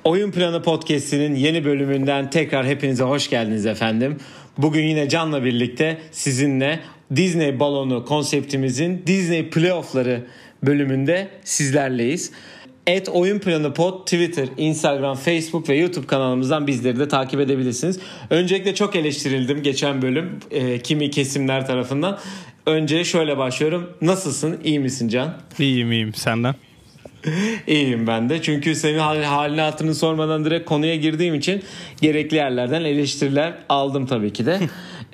Oyun Planı Podcast'inin yeni bölümünden tekrar hepinize hoş geldiniz efendim. Bugün yine Can'la birlikte sizinle Disney balonu konseptimizin Disney Playoff'ları bölümünde sizlerleyiz. @Oyun Planı Pod Twitter, Instagram, Facebook ve YouTube kanalımızdan bizleri de takip edebilirsiniz. Öncelikle çok eleştirildim geçen bölüm kimi kesimler tarafından. Önce şöyle başlıyorum. Nasılsın? İyi misin Can? İyiyim. Senden? İyiyim ben de. Çünkü senin halini hatırını sormadan direkt konuya girdiğim için gerekli yerlerden eleştiriler aldım tabii ki de.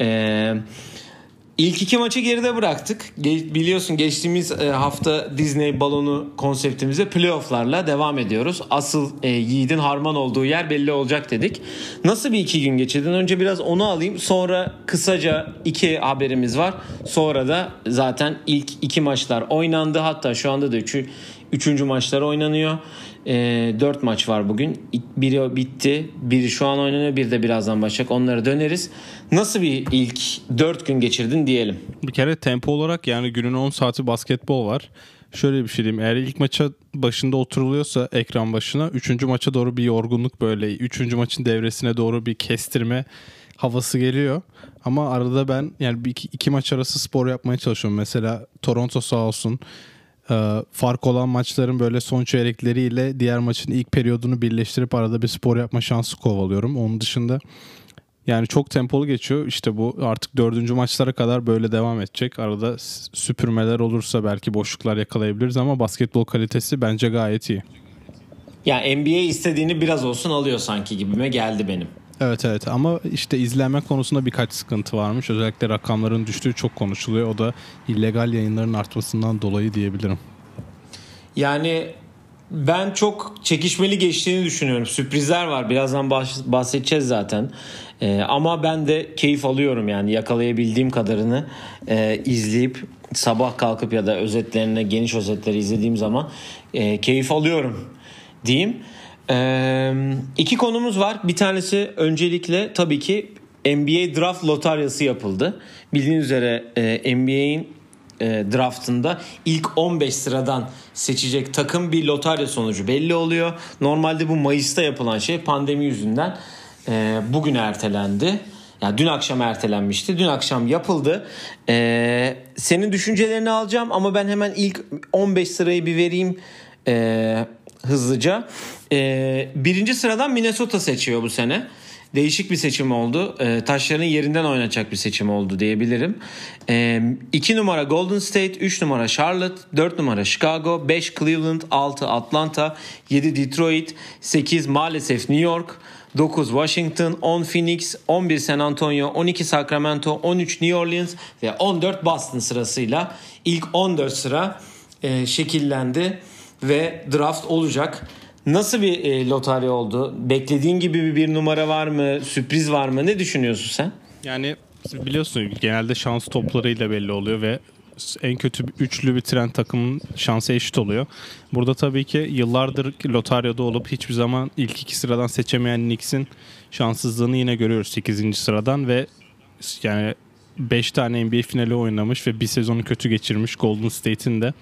İlk iki maçı geride bıraktık. Biliyorsun geçtiğimiz hafta Disney balonu konseptimize playofflarla devam ediyoruz. Asıl yiğidin harman olduğu yer belli olacak dedik. Nasıl bir iki gün geçirdin? Önce biraz onu alayım. Sonra kısaca iki haberimiz var. Sonra da zaten ilk iki maçlar oynandı. Hatta şu anda da üçüncü maçlar oynanıyor. 4 maç var bugün. Biri bitti. Biri şu an oynanıyor. Bir de birazdan başlayacak. Onlara döneriz. Nasıl bir ilk 4 gün geçirdin diyelim? Bir kere tempo olarak yani günün 10 saati basketbol var. Şöyle bir şey diyeyim. Eğer ilk maça başında oturuluyorsa ekran başına 3. maça doğru bir yorgunluk böyle. 3. maçın devresine doğru bir kestirme havası geliyor. Ama arada ben yani iki maç arası spor yapmaya çalışıyorum. Mesela Toronto sağ olsun. Fark olan maçların böyle son çeyrekleriyle diğer maçın ilk periyodunu birleştirip arada bir spor yapma şansı kovalıyorum. Onun dışında yani çok tempolu geçiyor. İşte bu artık 4. maçlara kadar böyle devam edecek. Arada süpürmeler olursa belki boşluklar yakalayabiliriz ama basketbol kalitesi bence gayet iyi. Ya NBA istediğini biraz olsun alıyor sanki gibime geldi benim. Evet ama işte izlenme konusunda birkaç sıkıntı varmış. Özellikle rakamların düştüğü çok konuşuluyor. O da illegal yayınların artmasından dolayı diyebilirim. Yani ben çok çekişmeli geçtiğini düşünüyorum. Sürprizler var. Birazdan bahsedeceğiz zaten. Ama ben de keyif alıyorum yani yakalayabildiğim kadarını izleyip sabah kalkıp ya da özetlerini, geniş özetleri izlediğim zaman keyif alıyorum diyeyim. İki konumuz var. Bir tanesi öncelikle tabii ki NBA draft lotaryası yapıldı. Bildiğiniz üzere NBA'in draftında ilk 15 sıradan seçecek takım bir lotarya sonucu belli oluyor. Normalde bu Mayıs'ta yapılan şey pandemi yüzünden bugüne ertelendi. Yani dün akşam ertelenmişti. Dün akşam yapıldı. Senin düşüncelerini alacağım ama ben hemen ilk 15 sırayı bir vereyim hızlıca. Birinci sıradan Minnesota seçiyor bu sene. Değişik bir seçim oldu. Taşların yerinden oynayacak bir seçim oldu diyebilirim. 2 numara Golden State, 3 numara Charlotte, 4 numara Chicago, 5 Cleveland, 6 Atlanta, 7 Detroit, 8 maalesef New York, 9 Washington, 10 Phoenix, 11 San Antonio, 12 Sacramento, 13 New Orleans ve 14 Boston sırasıyla ilk 14 sıra şekillendi ve draft olacak. Nasıl bir lotarya oldu? Beklediğin gibi bir numara var mı? Sürpriz var mı? Ne düşünüyorsun sen? Yani biliyorsun genelde şans toplarıyla belli oluyor ve en kötü üçlü bitiren takımın şansı eşit oluyor. Burada tabii ki yıllardır lotaryada olup hiçbir zaman ilk 2 sıradan seçemeyen Knicks'in şanssızlığını yine görüyoruz 8. sıradan ve yani 5 tane NBA finali oynamış ve bir sezonu kötü geçirmiş Golden State'in de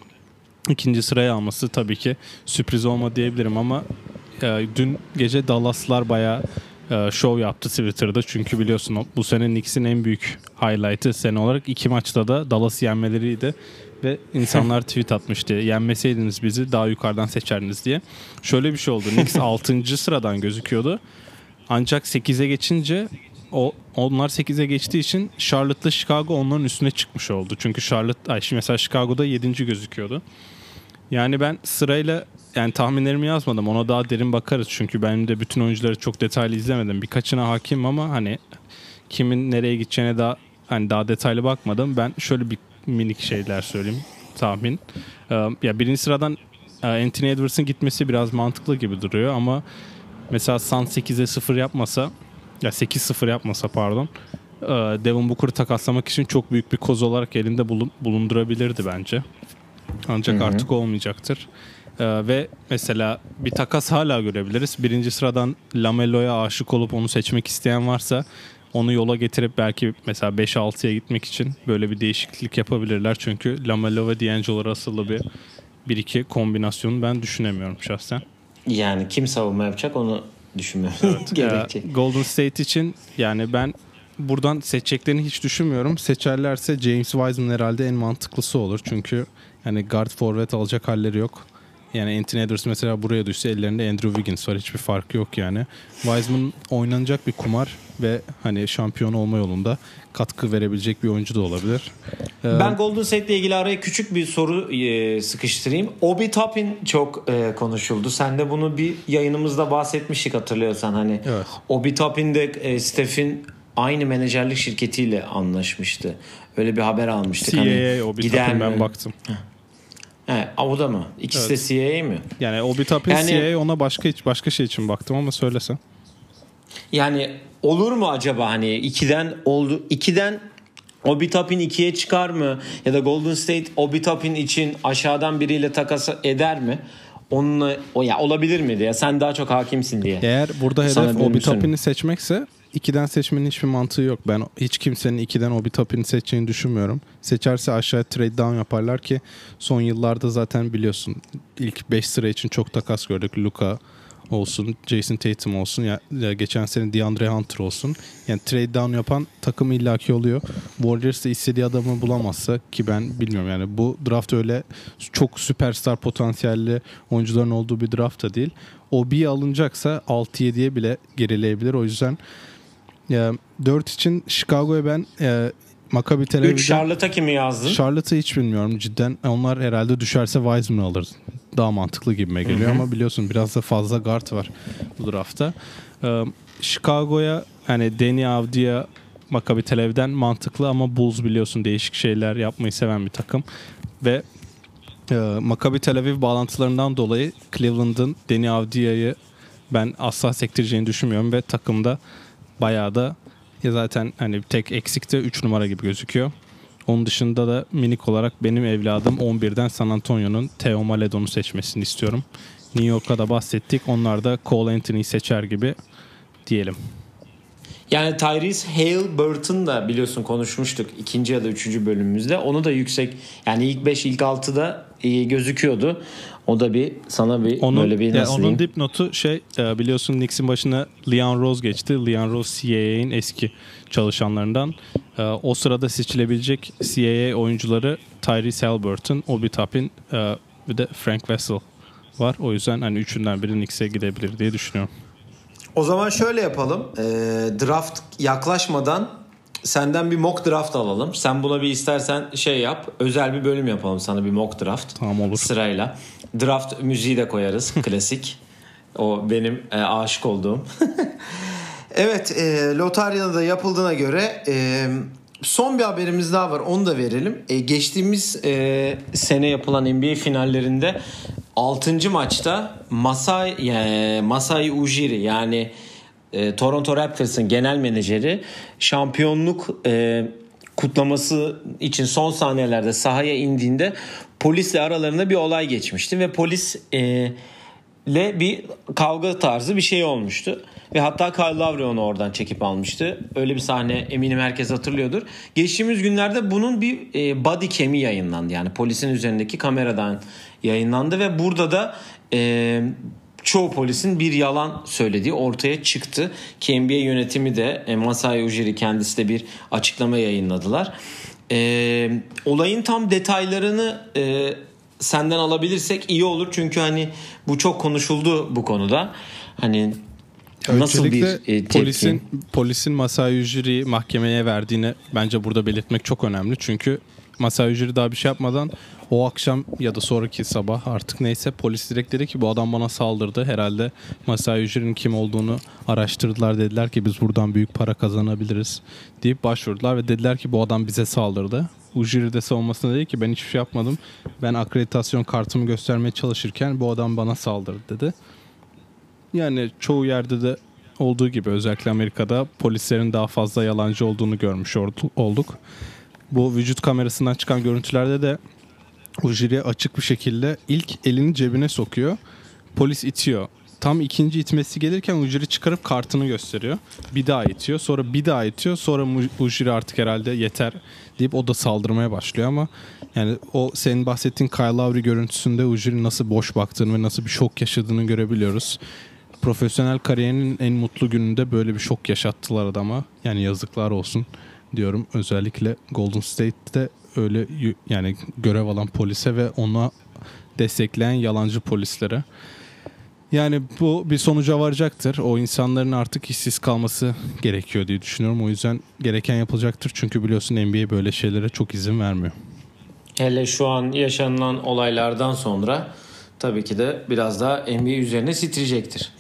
İkinci sıraya alması tabii ki sürpriz olma diyebilirim ama dün gece Dallas'lar bayağı şov yaptı Twitter'da. Çünkü biliyorsun bu sene Knicks'in en büyük highlight'ı sene olarak 2 maçta da Dallas'ı yenmeleriydi. Ve insanlar tweet atmıştı. Yenmeseydiniz bizi daha yukarıdan seçerdiniz diye. Şöyle bir şey oldu. Knicks 6. sıradan gözüküyordu. Ancak 8'e geçince onlar 8'e geçtiği için Charlotte'la Chicago onların üstüne çıkmış oldu. Çünkü mesela Chicago'da 7. gözüküyordu. Yani ben sırayla yani tahminlerimi yazmadım. Ona daha derin bakarız. Çünkü benim de bütün oyuncuları çok detaylı izlemedim. Birkaçına hakimim ama hani kimin nereye gideceğine daha detaylı bakmadım. Ben şöyle bir minik şeyler söyleyeyim. Tahmin. Ya birinci sıradan Anthony Edwards'ın gitmesi biraz mantıklı gibi duruyor ama mesela Suns 8'e 0 yapmasa ya 8-0 yapmasa pardon Devin Booker'ı takaslamak için çok büyük bir koz olarak elinde bulundurabilirdi bence. Ancak artık olmayacaktır. Ve mesela bir takas hala görebiliriz. Birinci sıradan LaMelo'ya aşık olup onu seçmek isteyen varsa onu yola getirip belki mesela 5-6'ya gitmek için böyle bir değişiklik yapabilirler. Çünkü LaMelo ve D'Angelo Russell'lı bir iki kombinasyonu ben düşünemiyorum şahsen. Yani kim savunma yapacak onu düşünmüyorum. Evet. Gerekecek. Golden State için yani ben buradan seçeceklerini hiç düşünmüyorum. Seçerlerse James Wiseman herhalde en mantıklısı olur. Çünkü yani guard forvet alacak halleri yok. Yani Anthony Edwards mesela buraya düşse ellerinde Andrew Wiggins var. Hiçbir fark yok yani. Wiseman oynanacak bir kumar ve hani şampiyon olma yolunda katkı verebilecek bir oyuncu da olabilir. Ben Golden State ile ilgili araya küçük bir soru sıkıştırayım. Obi Toppin çok konuşuldu. Sen de bunu bir yayınımızda bahsetmiştik hatırlıyorsan. Hani Evet. Obi Toppin de Steph'in aynı menajerlik şirketiyle anlaşmıştı. Öyle bir haber almıştık. CAA hani Obi gider Toppin mi? ben baktım. O da mı? İkisi de CAA mi? Yani Obi Toppin Yani, CAA ona başka şey için baktım ama söylesen. Yani olur mu acaba hani 2'den Obi Toppin 2'ye çıkar mı? Ya da Golden State Obi Toppin için aşağıdan biriyle takas eder mi? Onunla olabilir mi diye. Sen daha çok hakimsin diye. Eğer burada Sana hedef benim Obi sorum. Toppin'i seçmekse 2'den seçmenin hiçbir mantığı yok. Ben hiç kimsenin 2'den Obi Toppin'i seçeceğini düşünmüyorum. Seçerse aşağıya trade down yaparlar ki son yıllarda zaten biliyorsun ilk 5 sıra için çok takas gördük. Luka olsun, Jason Tatum olsun ya geçen sene DeAndre Hunter olsun. Yani trade down yapan takım illaki oluyor. Warriors da istediği adamı bulamazsa ki ben bilmiyorum yani bu draft öyle çok süperstar potansiyelli oyuncuların olduğu bir draft da değil. Obi alınacaksa 6-7'ye bile gerileyebilir. O yüzden 4 için Chicago'ya ben Maccabi Tel 3 Aviv'den Charlotte'a kimi yazdın? Charlotte'ı hiç bilmiyorum cidden. Onlar herhalde düşerse Wiseman'ı alır. Daha mantıklı gibime geliyor ama biliyorsun biraz da fazla guard var bu draftta. Chicago'ya hani Deni Avdija Maccabi Tel Aviv'den mantıklı ama Bulls biliyorsun değişik şeyler yapmayı seven bir takım. Ve Maccabi Tel Aviv bağlantılarından dolayı Cleveland'ın Deni Avdija'yı ben asla sektireceğini düşünmüyorum ve takımda bayağı da zaten hani tek eksik de 3 numara gibi gözüküyor. Onun dışında da minik olarak benim evladım 11'den San Antonio'nun Theo Maledon'u seçmesini istiyorum. New York'a da bahsettik. Onlar da Cole Anthony'yi seçer gibi diyelim. Yani Tyrese Haliburton da biliyorsun konuşmuştuk 2. ya da 3. bölümümüzde. Onu da yüksek yani ilk 5 ilk 6'da gözüküyordu. O da bir sana bir böyle bir nasıl onun diyeyim? dipnotu biliyorsun Knicks'in başına Leon Rose geçti. Leon Rose CAA'nin eski çalışanlarından. O sırada seçilebilecek CAA oyuncuları Tyrese Haliburton, Obi Toppin bir de Frank Vessel var. O yüzden hani üçünden biri Knicks'e gidebilir diye düşünüyorum. O zaman şöyle yapalım. Draft yaklaşmadan senden bir mock draft alalım. Sen buna bir istersen yap. Özel bir bölüm yapalım sana bir mock draft. Tamam olur. Sırayla. Draft müziği de koyarız. Klasik. O benim aşık olduğum. Evet. Lotarya'da da yapıldığına göre son bir haberimiz daha var. Onu da verelim. Geçtiğimiz sene yapılan NBA finallerinde 6. maçta Masai Ujiri yani Toronto Raptors'ın genel menajeri şampiyonluk kutlaması için son saniyelerde sahaya indiğinde polisle aralarında bir olay geçmişti ve polisle bir kavga tarzı bir şey olmuştu. Ve hatta Kyle Lowry onu oradan çekip almıştı. Öyle bir sahne eminim herkes hatırlıyordur. Geçtiğimiz günlerde bunun bir body cam'i yayınlandı. Yani polisin üzerindeki kameradan yayınlandı ve burada da çoğu polisin bir yalan söylediği ortaya çıktı. Ki NBA yönetimi de Masai Ujiri kendisi de bir açıklama yayınladılar. Olayın tam detaylarını senden alabilirsek iyi olur. Çünkü hani bu çok konuşuldu bu konuda. Hani nasıl bir tepki? Polisin Masai Ujiri'yi mahkemeye verdiğini bence burada belirtmek çok önemli. Çünkü Masai Ujiri daha bir şey yapmadan o akşam ya da sonraki sabah artık neyse polis direkt dedi ki bu adam bana saldırdı. Herhalde Masai Ujiri'nin kim olduğunu araştırdılar, dediler ki biz buradan büyük para kazanabiliriz deyip başvurdular ve dediler ki bu adam bize saldırdı. Ujiri de savunmasında dedi ki ben hiçbir şey yapmadım. Ben akreditasyon kartımı göstermeye çalışırken bu adam bana saldırdı dedi. Yani çoğu yerde de olduğu gibi özellikle Amerika'da polislerin daha fazla yalancı olduğunu görmüş olduk. Bu vücut kamerasından çıkan görüntülerde de Ujiri açık bir şekilde ilk elini cebine sokuyor. Polis itiyor tam ikinci itmesi gelirken Ujiri çıkarıp kartını gösteriyor. Bir daha itiyor. Sonra bir daha itiyor. Sonra Ujiri artık herhalde yeter deyip o da saldırmaya başlıyor ama yani o senin bahsettiğin Kyle Lowry görüntüsünde Ujiri nasıl boş baktığını ve nasıl bir şok yaşadığını görebiliyoruz. Profesyonel kariyerinin en mutlu gününde böyle bir şok yaşattılar adama. Yani yazıklar olsun diyorum. Özellikle Golden State'te öyle yani görev alan polise ve ona destekleyen yalancı polislere. Yani bu bir sonuca varacaktır. O insanların artık işsiz kalması gerekiyor diye düşünüyorum. O yüzden gereken yapılacaktır. Çünkü biliyorsun NBA böyle şeylere çok izin vermiyor. Hele şu an yaşanılan olaylardan sonra tabii ki de biraz daha NBA üzerine titriyecektir.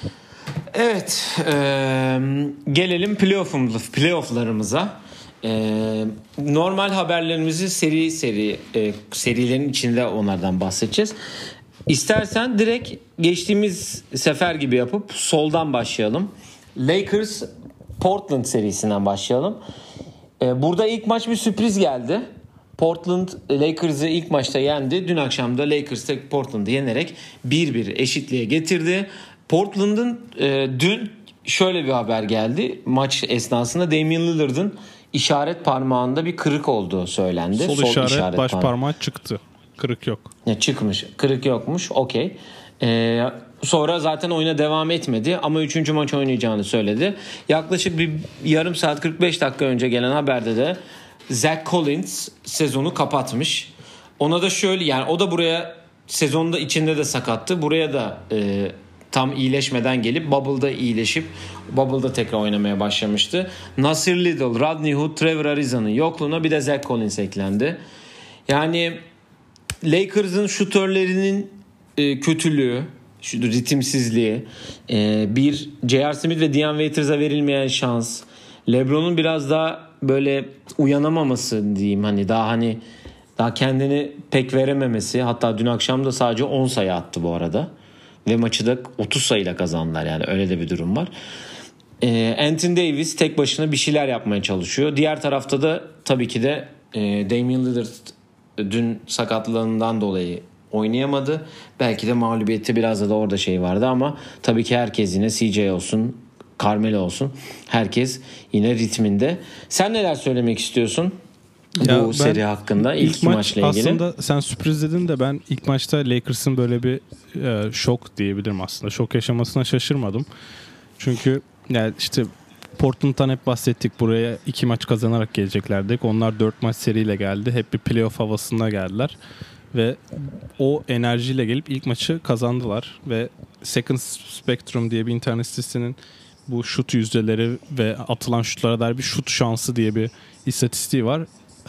Evet, gelelim playoff'larımıza. Normal haberlerimizi serilerin içinde onlardan bahsedeceğiz. İstersen direkt geçtiğimiz sefer gibi yapıp soldan başlayalım. Lakers Portland serisinden başlayalım. Burada ilk maç bir sürpriz geldi. Portland Lakers'ı ilk maçta yendi. Dün akşam da Lakers Portland'ı yenerek 1-1 eşitliğe getirdi. Portland'ın dün şöyle bir haber geldi. Maç esnasında Damian Lillard'ın işaret parmağında bir kırık olduğu söylendi. Sol işaret baş parmağı çıktı. Kırık yok. Çıkmış. Kırık yokmuş. Okey. Sonra zaten oyuna devam etmedi ama 3. maç oynayacağını söyledi. Yaklaşık bir yarım saat 45 dakika önce gelen haberde de Zach Collins sezonu kapatmış. Ona da şöyle, yani o da buraya sezonda içinde de sakattı. Buraya da tam iyileşmeden gelip Bubble'da iyileşip Bubble'da tekrar oynamaya başlamıştı. Nasir Little, Rodney Hood, Trevor Arizona'nın yokluğuna bir de Zach Collins eklendi. Yani Lakers'ın şutörlerinin kötülüğü, şu ritimsizliği, bir J.R. Smith ve Dion Waiters'a verilmeyen şans, LeBron'un biraz daha böyle uyanamaması diyeyim, daha kendini pek verememesi. Hatta dün akşam da sadece 10 sayı attı bu arada ve maçı da 30 sayıyla kazandılar, yani öyle de bir durum var. Anthony Davis tek başına bir şeyler yapmaya çalışıyor. Diğer tarafta da tabii ki de Damian Lillard dün sakatlığından dolayı oynayamadı. Belki de mağlubiyette biraz da orada şey vardı ama tabii ki herkes yine CJ olsun, Carmelo olsun, herkes yine ritminde. Sen neler söylemek istiyorsun bu seri hakkında, ilk maçla ilgili? Aslında sen sürpriz dedin de ben ilk maçta Lakers'ın böyle bir şok diyebilirim aslında. Şok yaşamasına şaşırmadım. Çünkü yani işte Portland'dan hep bahsettik. Buraya 2 maç kazanarak geleceklerdik. Onlar 4 maç seriyle geldi. Hep bir playoff havasında geldiler. Ve o enerjiyle gelip ilk maçı kazandılar. Ve Second Spectrum diye bir internet sitesinin bu şut yüzdeleri ve atılan şutlara dair bir şut şansı diye bir istatistiği var.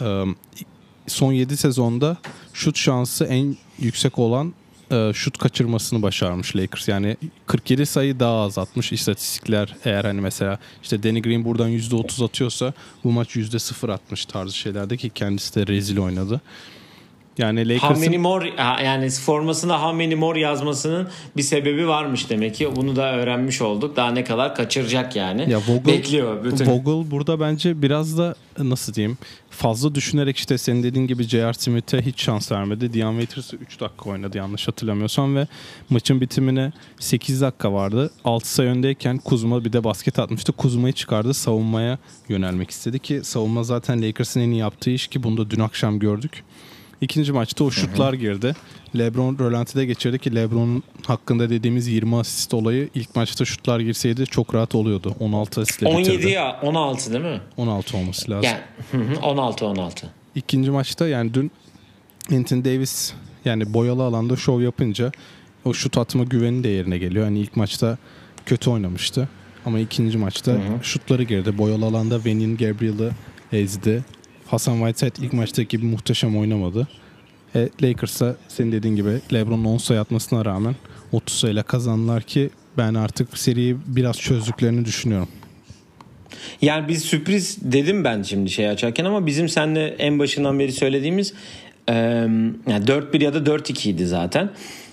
Son 7 sezonda şut şansı en yüksek olan şut kaçırmasını başarmış Lakers. Yani 47 sayı daha az atmış istatistikler. Eğer hani mesela işte Danny Green buradan %30 atıyorsa bu maç %0 atmış tarzı şeylerde ki kendisi de rezil oynadı. Yani Lakers'ın yani formasına how many more yazmasının bir sebebi varmış demek ki. Bunu da öğrenmiş olduk. Daha ne kadar kaçıracak yani. Ya Bekliyor bütün. Vogel burada bence biraz da nasıl diyeyim, fazla düşünerek işte senin dediğin gibi J.R. Smith'e hiç şans vermedi. Dion Waiters'ı 3 dakika oynadı yanlış hatırlamıyorsam ve maçın bitimine 8 dakika vardı. 6 sayı öndeyken Kuzma bir de basket atmıştı. Kuzma'yı çıkardı, savunmaya yönelmek istedi ki savunma zaten Lakers'ın en iyi yaptığı iş ki bunu da dün akşam gördük. İkinci maçta o şutlar girdi. LeBron rölantide geçirdi ki LeBron'un hakkında dediğimiz 20 asist olayı ilk maçta şutlar girseydi çok rahat oluyordu. 16 asistle bitirdi. 17 ya 16 değil mi? 16 olması lazım. Yani 16. İkinci maçta yani dün Anthony Davis yani boyalı alanda şov yapınca o şut atma güveni de yerine geliyor. Hani ilk maçta kötü oynamıştı ama ikinci maçta şutları girdi. Boyalı alanda Venin Gabriel'ı ezdi. Hasan Whiteside ilk maçtaki gibi muhteşem oynamadı. Lakers'a senin dediğin gibi LeBron'un 10 sayı atmasına rağmen 30 sayıyla kazandılar ki ben artık seriyi biraz çözdüklerini düşünüyorum. Yani biz sürpriz dedim ben şimdi şey açarken ama bizim seninle en başından beri söylediğimiz yani 4-1 ya da 4-2 idi zaten.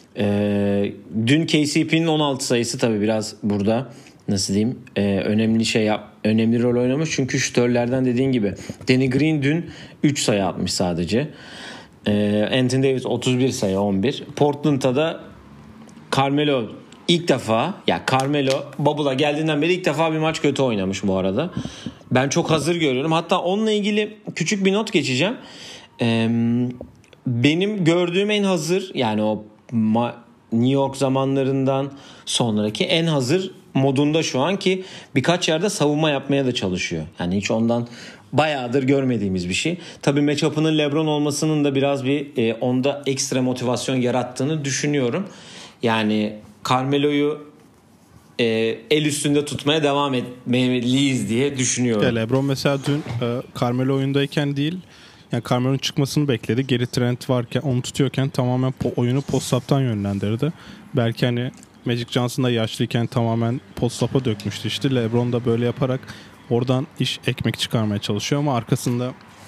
Dün KCP'nin 16 sayısı tabii biraz burada nasıl diyeyim önemli rol oynamış çünkü şütörlerden dediğin gibi Danny Green dün 3 sayı atmış sadece. Anthony Davis 31 sayı 11. Portland'da da Carmelo ilk defa ya Carmelo Bubble'a geldiğinden beri ilk defa bir maç kötü oynamış bu arada. Ben çok hazır görüyorum. Hatta onunla ilgili küçük bir not geçeceğim. Benim gördüğüm en hazır, yani o New York zamanlarından sonraki en hazır modunda şu an, ki birkaç yerde savunma yapmaya da çalışıyor. Yani hiç ondan bayağıdır görmediğimiz bir şey. Tabii matchup'ının LeBron olmasının da biraz bir onda ekstra motivasyon yarattığını düşünüyorum. Yani Carmelo'yu el üstünde tutmaya devam etmeliyiz diye düşünüyorum. Ya LeBron mesela dün Carmelo oyundayken değil, yani Carmelo'nun çıkmasını bekledi. Geri Trent varken, onu tutuyorken tamamen oyunu post-up'tan yönlendirdi. Belki hani Magic Johnson da yaşlıyken tamamen post-up'a dökmüştü işte. LeBron da böyle yaparak oradan ekmek çıkarmaya çalışıyor ama arkasında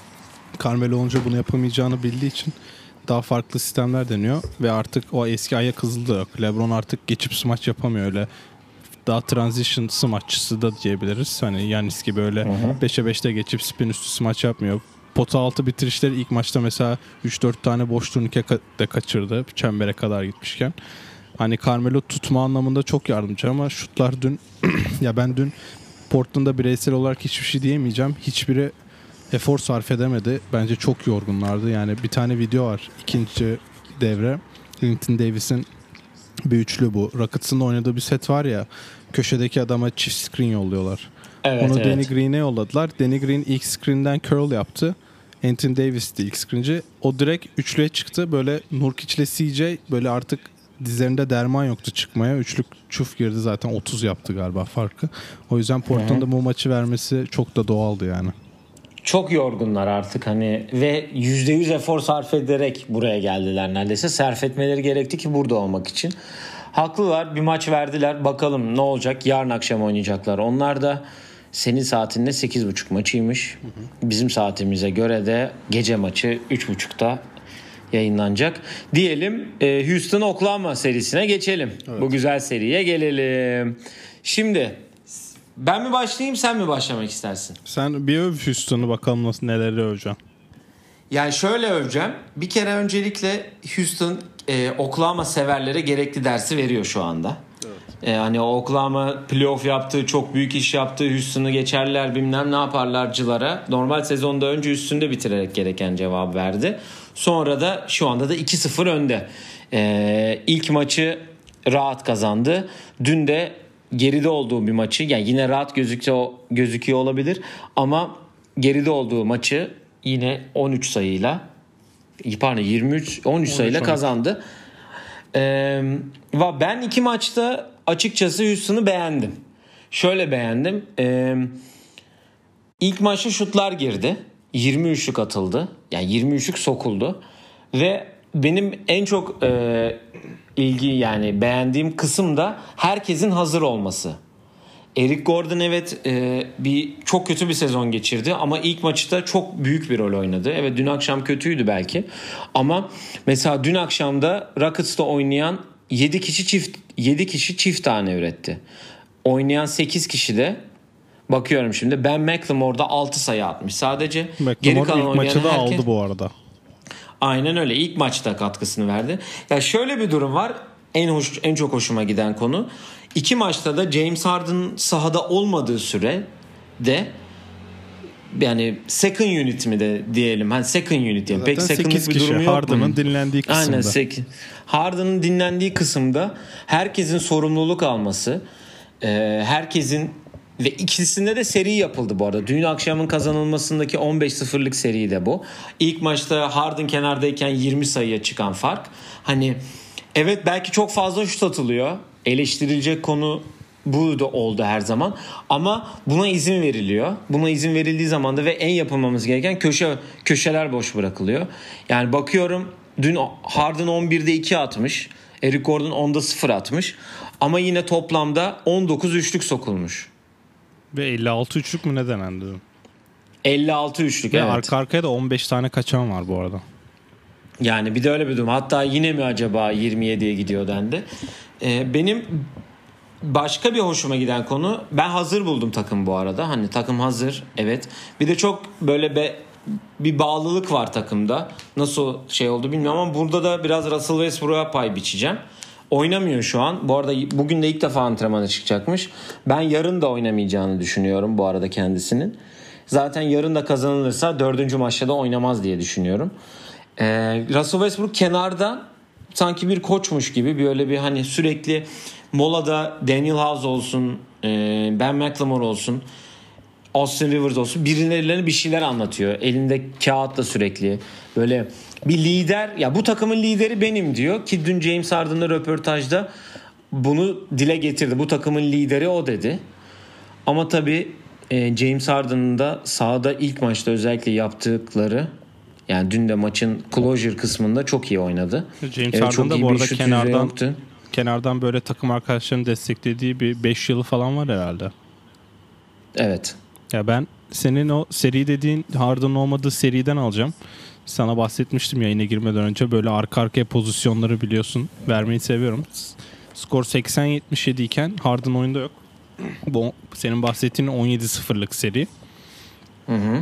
Carmelo olunca bunu yapamayacağını bildiği için daha farklı sistemler deniyor ve artık o eski ayak hızlı da yok. LeBron artık geçip smaç yapamıyor öyle. Daha transition smaççısı da diyebiliriz. Hani Giannis gibi öyle 5'e 5'te geçip spin üstü smaç yapmıyor. Pota altı bitirişleri ilk maçta mesela 3-4 tane boş turnike de kaçırdı çembere kadar gitmişken. Hani Carmelo tutma anlamında çok yardımcı ama şutlar dün ya ben dün Portland'da bireysel olarak hiçbir şey diyemeyeceğim. Hiçbiri efor sarf edemedi. Bence çok yorgunlardı. Yani bir tane video var. İkinci devre. Anthony Davis'in bir üçlü bu. Rockets'ın oynadığı bir set var ya. Köşedeki adama çift screen yolluyorlar. Evet, onu evet. Danny Green'e yolladılar. Danny Green ilk screen'den curl yaptı. Anthony Davis'ti ilk screen'ci. O direkt üçlüye çıktı. Böyle Nurkic'le CJ böyle artık dizlerinde derman yoktu çıkmaya. Üçlük çuf girdi zaten. 30 yaptı galiba farkı. O yüzden Portland'da bu maçı vermesi çok da doğaldı yani. Çok yorgunlar artık hani ve %100 efor sarf ederek buraya geldiler neredeyse. Sarf etmeleri gerekti ki burada olmak için. Haklılar, bir maç verdiler. Bakalım ne olacak? Yarın akşam oynayacaklar. Onlar da senin saatinde 8.30 maçıymış. Bizim saatimize göre de gece maçı 3.30'da yayınlanacak. Diyelim Houston Oklahoma serisine geçelim. Evet. Bu güzel seriye gelelim. Şimdi ben mi başlayayım, sen mi başlamak istersin? Sen bir öv Houston'u, bakalım nasıl, neleri öveceksin. Yani şöyle öveceğim. Bir kere öncelikle Houston Oklahoma severlere gerekli dersi veriyor şu anda. Evet. Hani Oklahoma playoff yaptığı, çok büyük iş yaptığı, Houston'u geçerler bilmem ne yaparlarcılara normal sezonda önce üstünde bitirerek gereken cevap verdi. Sonra da şu anda da 2-0 önde. İlk maçı rahat kazandı. Dün de geride olduğu bir maçı, yani yine rahat gözüküyor olabilir ama geride olduğu maçı yine 13 sayıyla 13 sayıyla kazandı. Ben iki maçta açıkçası Houston'u beğendim. Şöyle beğendim. İlk maçta şutlar girdi. 23'lük atıldı. Yani 23'lük sokuldu. Ve benim en çok yani beğendiğim kısım da herkesin hazır olması. Eric Gordon evet çok kötü bir sezon geçirdi ama ilk maçta çok büyük bir rol oynadı. Evet, dün akşam kötüydü belki ama mesela dün akşamda Rockets'ta oynayan 7 kişi çift tane üretti. Oynayan 8 kişi de bakıyorum şimdi, Ben McLemore'da 6 sayı atmış sadece. McLemore ilk maçı da aldı bu arada. Aynen öyle, ilk maçta katkısını verdi. Ya şöyle bir durum var. En çok hoşuma giden konu. İki maçta da James Harden sahada olmadığı sürede, yani second unit mi de diyelim. Hani second unit diyelim. Pek second'lık bir durumu yok. Harden'ın dinlendiği kısımda. Aynen, Harden'ın dinlendiği kısımda herkesin sorumluluk alması, herkesin ve ikisinde de seri yapıldı bu arada. Dün akşamın kazanılmasındaki 15-0'lık seri de bu. İlk maçta Harden kenardayken 20 sayıya çıkan fark. Hani evet, belki çok fazla şut atılıyor. Eleştirilecek konu bu da oldu her zaman. Ama buna izin veriliyor. Buna izin verildiği zaman da ve en yapılmamız gereken köşeler boş bırakılıyor. Yani bakıyorum, dün Harden 11'de 2 atmış. Eric Gordon 10'da 0 atmış. Ama yine toplamda 19 üçlük sokulmuş. Ve 56 üçlük mü ne denendi? 56 üçlük, evet. Arka arkaya da 15 tane kaçan var bu arada. Yani bir de öyle bir durum. Hatta yine mi acaba 27'ye gidiyor dendi. Benim başka bir hoşuma giden konu, ben hazır buldum takım bu arada. Hani takım hazır, evet. Bir de çok böyle bir bağlılık var takımda. Nasıl şey oldu bilmiyorum ama burada da biraz Russell Westbrook'a pay biçeceğim. Oynamıyor şu an. Bu arada bugün de ilk defa antrenmana çıkacakmış. Ben yarın da oynamayacağını düşünüyorum bu arada kendisinin. Zaten yarın da kazanılırsa 4. maçta da oynamaz diye düşünüyorum. Russell Westbrook kenarda sanki bir koçmuş gibi böyle bir hani sürekli molada Daniel House olsun, Ben McLemore olsun, Austin Rivers olsun birilerine bir şeyler anlatıyor. Elinde kağıtla sürekli böyle bir lider, ya bu takımın lideri benim diyor ki dün James Harden'la röportajda bunu dile getirdi. Bu takımın lideri o dedi. Ama tabii James Harden'ın da sahada ilk maçta özellikle yaptıkları, yani dün de maçın closure kısmında çok iyi oynadı. James Harden da bu arada kenardan böyle takım arkadaşlarını desteklediği bir 5 yılı falan var herhalde. Evet. Ya ben senin o seri dediğin Harden'ın olmadığı seriden alacağım. Sana bahsetmiştim yayına girmeden önce, böyle arka arkaya pozisyonları biliyorsun vermeyi seviyorum. Skor 80-77 iken Harden oyunda yok. Bu senin bahsettiğin 17-0'lık seri. Hı.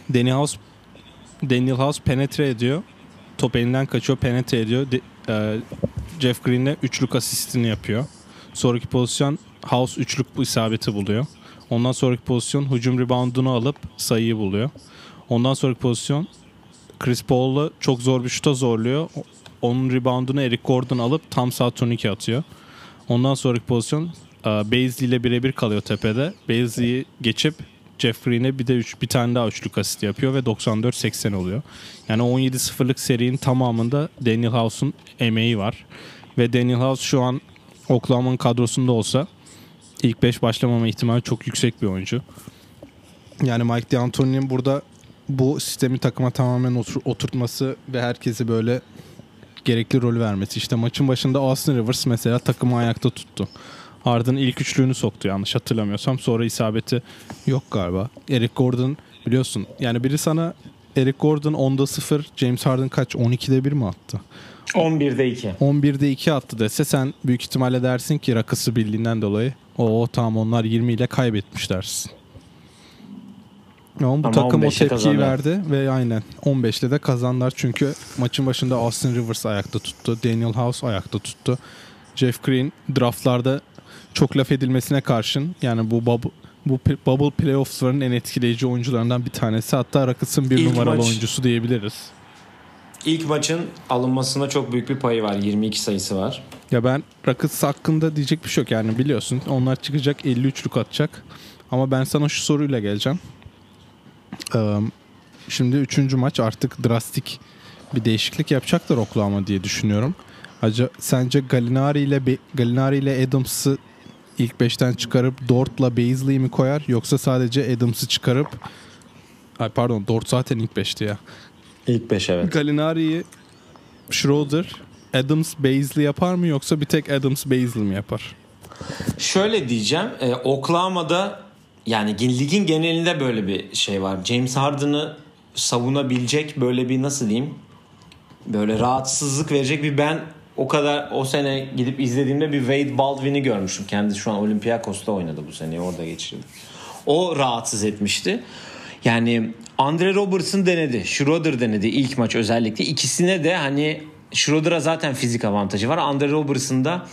Daniel House penetre ediyor. Top elinden kaçıyor, penetre ediyor. Jeff Green'le üçlük asistini yapıyor. Sonraki pozisyon House üçlük isabeti buluyor. Ondan sonraki pozisyon hücum reboundunu alıp sayıyı buluyor. Ondan sonraki pozisyon Chris Paul'u çok zor bir şuta zorluyor. Onun reboundunu Eric Gordon alıp tam sağ turnike atıyor. Ondan sonraki pozisyon Bazley ile birebir kalıyor tepede. Bazley'i geçip Jeff Green'e bir tane daha üçlük asist yapıyor ve 94-80 oluyor. Yani 17-0'lık serinin tamamında Daniel House'un emeği var. Ve Daniel House şu an Oklahoma'nın kadrosunda olsa ilk 5 başlamama ihtimali çok yüksek bir oyuncu. Yani Mike D'Antoni'nin burada bu sistemi takıma tamamen oturtması ve herkesi böyle gerekli rolü vermesi. İşte maçın başında Austin Rivers mesela takımı ayakta tuttu. Harden ilk üçlüğünü soktu yanlış hatırlamıyorsam. Sonra isabeti yok galiba. Eric Gordon biliyorsun. Yani biri sana Eric Gordon 10'da 0, James Harden kaç? 12'de 1 mi attı? 11'de 2. 11'de 2 attı dese sen büyük ihtimalle dersin ki rakısı bildiğinden dolayı tamam onlar 20 ile kaybetmiş dersin. Ama bu takım o tepkiyi verdi ve aynen 15'te de kazandılar. Çünkü maçın başında Austin Rivers ayakta tuttu. Daniel House ayakta tuttu. Jeff Green draftlarda çok laf edilmesine karşın, yani bu bubble playoff'ların en etkileyici oyuncularından bir tanesi. Hatta Rockets'ın bir numaralı oyuncusu diyebiliriz. İlk maçın alınmasına çok büyük bir payı var. 22 sayısı var. Ya ben Rockets hakkında diyecek bir şey yok. Yani biliyorsun onlar çıkacak 53'lük atacak. Ama ben sana şu soruyla geleceğim. Şimdi 3. maç artık drastik bir değişiklik yapacaklar Oklahoma diye düşünüyorum. Sence Gallinari ile Adams'ı ilk 5'ten çıkarıp Dort'la Bazley'i mi koyar, yoksa sadece Adams'ı çıkarıp Dort zaten ilk 5'ti ya. İlk 5 evet. Gallinari'yi Schroeder, Adams, Bazley yapar mı, yoksa bir tek Adams Bazley mi yapar? Şöyle diyeceğim. Oklahoma'da yani ligin genelinde böyle bir şey var. James Harden'ı savunabilecek böyle bir, nasıl diyeyim, böyle rahatsızlık verecek bir, ben o sene gidip izlediğimde bir Wade Baldwin'i görmüştüm. Kendisi şu an Olympiakos'ta oynadı bu sene, orada geçirdi. O rahatsız etmişti. Yani Andre Robertson denedi, Schroeder denedi ilk maç özellikle. İkisine de hani Schroeder'a zaten fizik avantajı var. Andre Robertson'da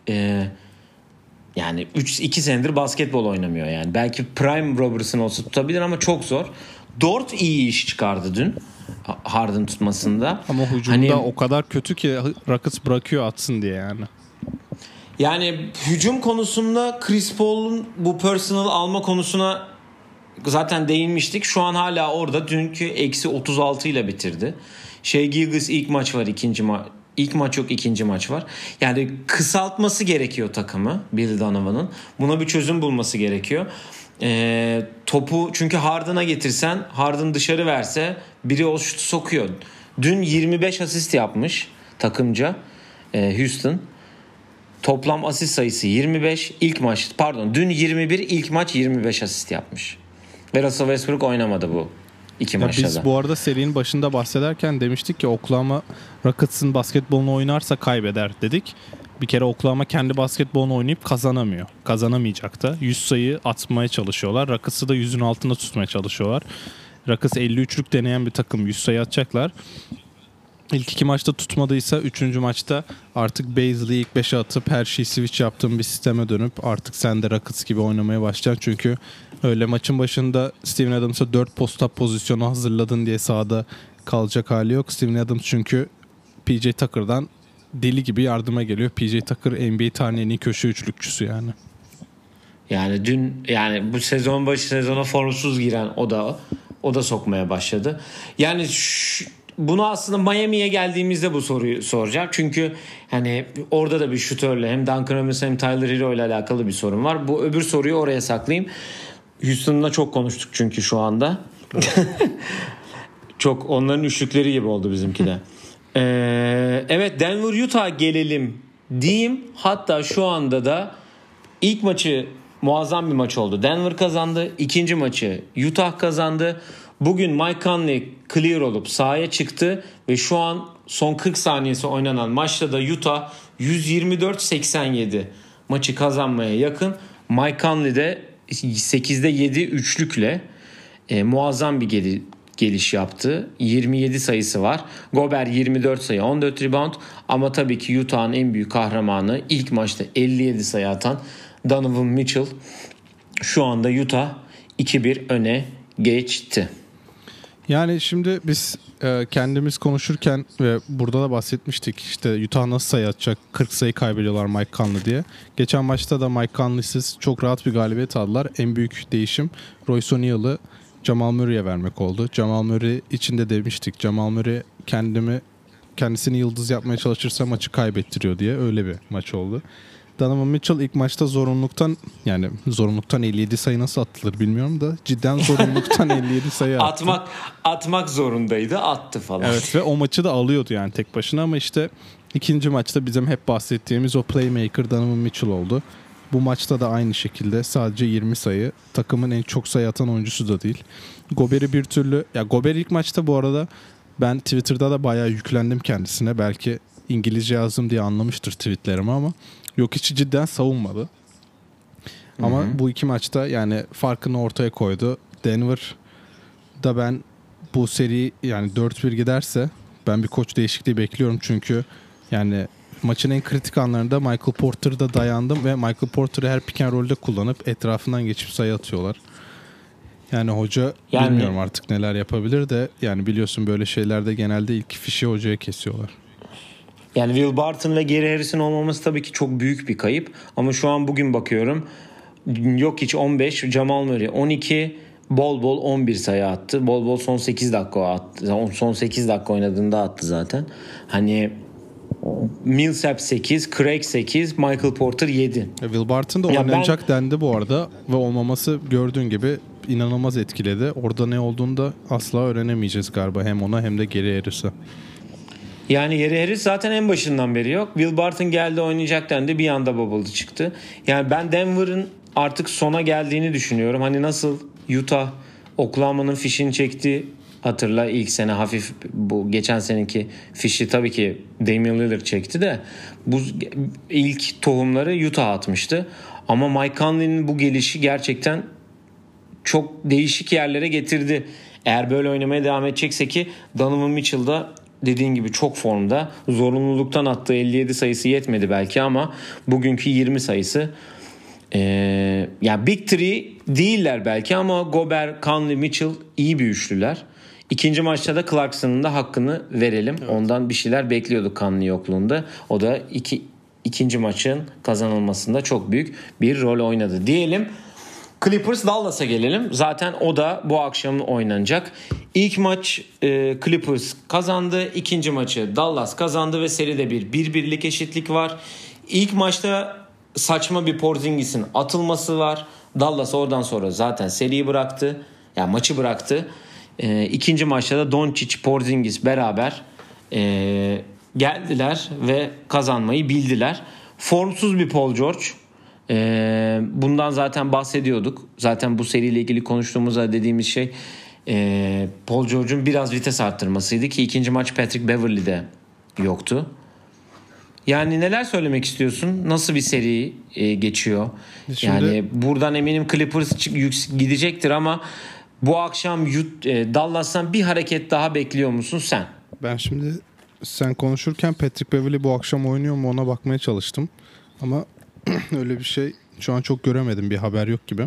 yani 2 senedir basketbol oynamıyor yani. Belki prime Robertson olsa tutabilir ama çok zor. Dort iyi iş çıkardı dün Harden tutmasında. Ama hücumda o kadar kötü ki Rockets bırakıyor atsın diye yani. Yani hücum konusunda Chris Paul'un bu personal alma konusuna zaten değinmiştik. Şu an hala orada. Dünkü -36 ile bitirdi. Gilgeous ilk maç var, İlk maç yok, ikinci maç var. Yani kısaltması gerekiyor takımı Bill Donovan'ın. Buna bir çözüm bulması gerekiyor. Topu çünkü Harden'a getirsen, Harden dışarı verse biri o şutu sokuyor. Dün 25 asist yapmış takımca Houston. Toplam asist sayısı 25. Dün 21, ilk maç 25 asist yapmış. Ve Russell Westbrook oynamadı bu iki maçta da. Biz bu arada serinin başında bahsederken demiştik ki Oklahoma Rockets'ın basketbolunu oynarsa kaybeder dedik. Bir kere Oklahoma kendi basketbolunu oynayıp kazanamıyor. Kazanamayacak da. 100 sayı atmaya çalışıyorlar. Rockets'ı da 100'ün altında tutmaya çalışıyorlar. Rockets 53'lük deneyen bir takım, 100 sayı atacaklar. İlk 2 maçta tutmadıysa 3. maçta artık Bazley'i ilk 5'e atıp her şeyi switch yaptığın bir sisteme dönüp artık sen de Rockets gibi oynamaya başlayacaksın. Çünkü öyle maçın başında Steven Adams'a 4 post-up pozisyonu hazırladın diye sahada kalacak hali yok. Steven Adams çünkü PJ Tucker'dan deli gibi yardıma geliyor. PJ Tucker NBA tarihinin en iyi köşe üçlükçüsü yani. Yani bu sezon başı sezona formsuz giren o da sokmaya başladı. Yani bunu aslında Miami'ye geldiğimizde bu soruyu soracağım. Çünkü hani orada da bir şutörle hem Duncan Robinson hem Tyler Hero ile alakalı bir sorun var. Bu öbür soruyu oraya saklayayım. Houston'la çok konuştuk çünkü şu anda. Çok onların üçlükleri gibi oldu bizimki de. Evet, Denver Utah gelelim diyeyim. Hatta şu anda da ilk maçı muazzam bir maç oldu. Denver kazandı. İkinci maçı Utah kazandı. Bugün Mike Conley clear olup sahaya çıktı ve şu an son 40 saniyesi oynanan maçta da Utah 124-87 maçı kazanmaya yakın. Mike Conley de 8'de 7 üçlükle muazzam bir geliş yaptı. 27 sayısı var. Gobert 24 sayı, 14 rebound, ama tabii ki Utah'ın en büyük kahramanı ilk maçta 57 sayı atan Donovan Mitchell. Şu anda Utah 2-1 öne geçti. Yani şimdi biz kendimiz konuşurken ve burada da bahsetmiştik, işte Utah nasıl sayı atacak, 40 sayı kaybediyorlar Mike Conley diye. Geçen maçta da Mike Conley'siz çok rahat bir galibiyet aldılar. En büyük değişim Royce O'Neal'ı Jamal Murray'e vermek oldu. Jamal Murray içinde demiştik, Jamal Murray kendisini yıldız yapmaya çalışırsa maçı kaybettiriyor diye, öyle bir maç oldu. Donovan Mitchell ilk maçta zorunluluktan 57 sayı nasıl atılır bilmiyorum da cidden zorunluluktan 57 sayı attı. Atmak zorundaydı, attı falan. Evet, ve o maçı da alıyordu yani tek başına, ama işte ikinci maçta bizim hep bahsettiğimiz o playmaker Donovan Mitchell oldu. Bu maçta da aynı şekilde sadece 20 sayı. Takımın en çok sayı atan oyuncusu da değil. Gobert'i bir türlü... Ya Gobert ilk maçta bu arada ben Twitter'da da bayağı yüklendim kendisine. Belki İngilizce yazdım diye anlamıştır tweetlerimi ama yok, hiç cidden savunmadı. Ama bu iki maçta yani farkını ortaya koydu. Denver'da ben bu seri yani 4-1 giderse ben bir koç değişikliği bekliyorum. Çünkü yani maçın en kritik anlarında Michael Porter'da dayandım ve Michael Porter'ı her pick and roll'de kullanıp etrafından geçip sayı atıyorlar. Yani hoca bilmiyorum artık neler yapabilir de, yani biliyorsun böyle şeylerde genelde ilk fişi hocaya kesiyorlar. Yani Will Barton ve Gary Harris'in olmaması tabii ki çok büyük bir kayıp. Ama şu an bugün bakıyorum, Jokic 15, Jamal Murray 12, bol 11 sayı attı. Bol son 8 dakika attı. Son 8 dakika oynadığında attı zaten. Hani Millsap 8, Craig 8, Michael Porter 7. Will Barton da oynanacak dendi bu arada ve olmaması gördüğün gibi inanılmaz etkiledi. Orada ne olduğunu da asla öğrenemeyeceğiz galiba, hem ona hem de Gary Harris'e. Yani Gary Harris zaten en başından beri yok. Will Barton geldi oynayacak dendi, bir anda bubble çıktı. Yani ben Denver'ın artık sona geldiğini düşünüyorum. Hani nasıl Utah Oklahoma'nın fişini çekti, hatırla ilk sene hafif, bu geçen seneki fişi tabii ki Damian Lillard çekti de bu ilk tohumları Utah atmıştı. Ama Mike Conley'nin bu gelişi gerçekten çok değişik yerlere getirdi. Eğer böyle oynamaya devam edecekse, ki Donovan Mitchell da dediğin gibi çok formda. Zorunluluktan attığı 57 sayısı yetmedi belki ama bugünkü 20 sayısı yani Big Three değiller belki ama Gobert, Conley, Mitchell iyi bir üçlüler. İkinci maçta da Clarkson'ın da hakkını verelim. Evet. Ondan bir şeyler bekliyorduk Conley yokluğunda. O da ikinci maçın kazanılmasında çok büyük bir rol oynadı diyelim. Clippers Dallas'a gelelim. Zaten o da bu akşam oynanacak. İlk maç Clippers kazandı. İkinci maçı Dallas kazandı ve seride bir 1-1'lik eşitlik var. İlk maçta saçma bir Porzingis'in atılması var. Dallas oradan sonra zaten seriyi bıraktı. Yani maçı bıraktı. İkinci maçta da Doncic, Porzingis beraber geldiler ve kazanmayı bildiler. Formsuz bir Paul George. Bundan zaten bahsediyorduk. Zaten bu seriyle ilgili konuştuğumuzda dediğimiz şey Paul George'un biraz vites arttırmasıydı ki ikinci maç Patrick Beverley'de yoktu. Yani neler söylemek istiyorsun? Nasıl bir seri geçiyor? Şimdi, yani buradan eminim Clippers gidecektir ama bu akşam Dallas'tan bir hareket daha bekliyor musun sen? Ben şimdi sen konuşurken Patrick Beverley bu akşam oynuyor mu ona bakmaya çalıştım. Ama öyle bir şey şu an çok göremedim. Bir haber yok gibi.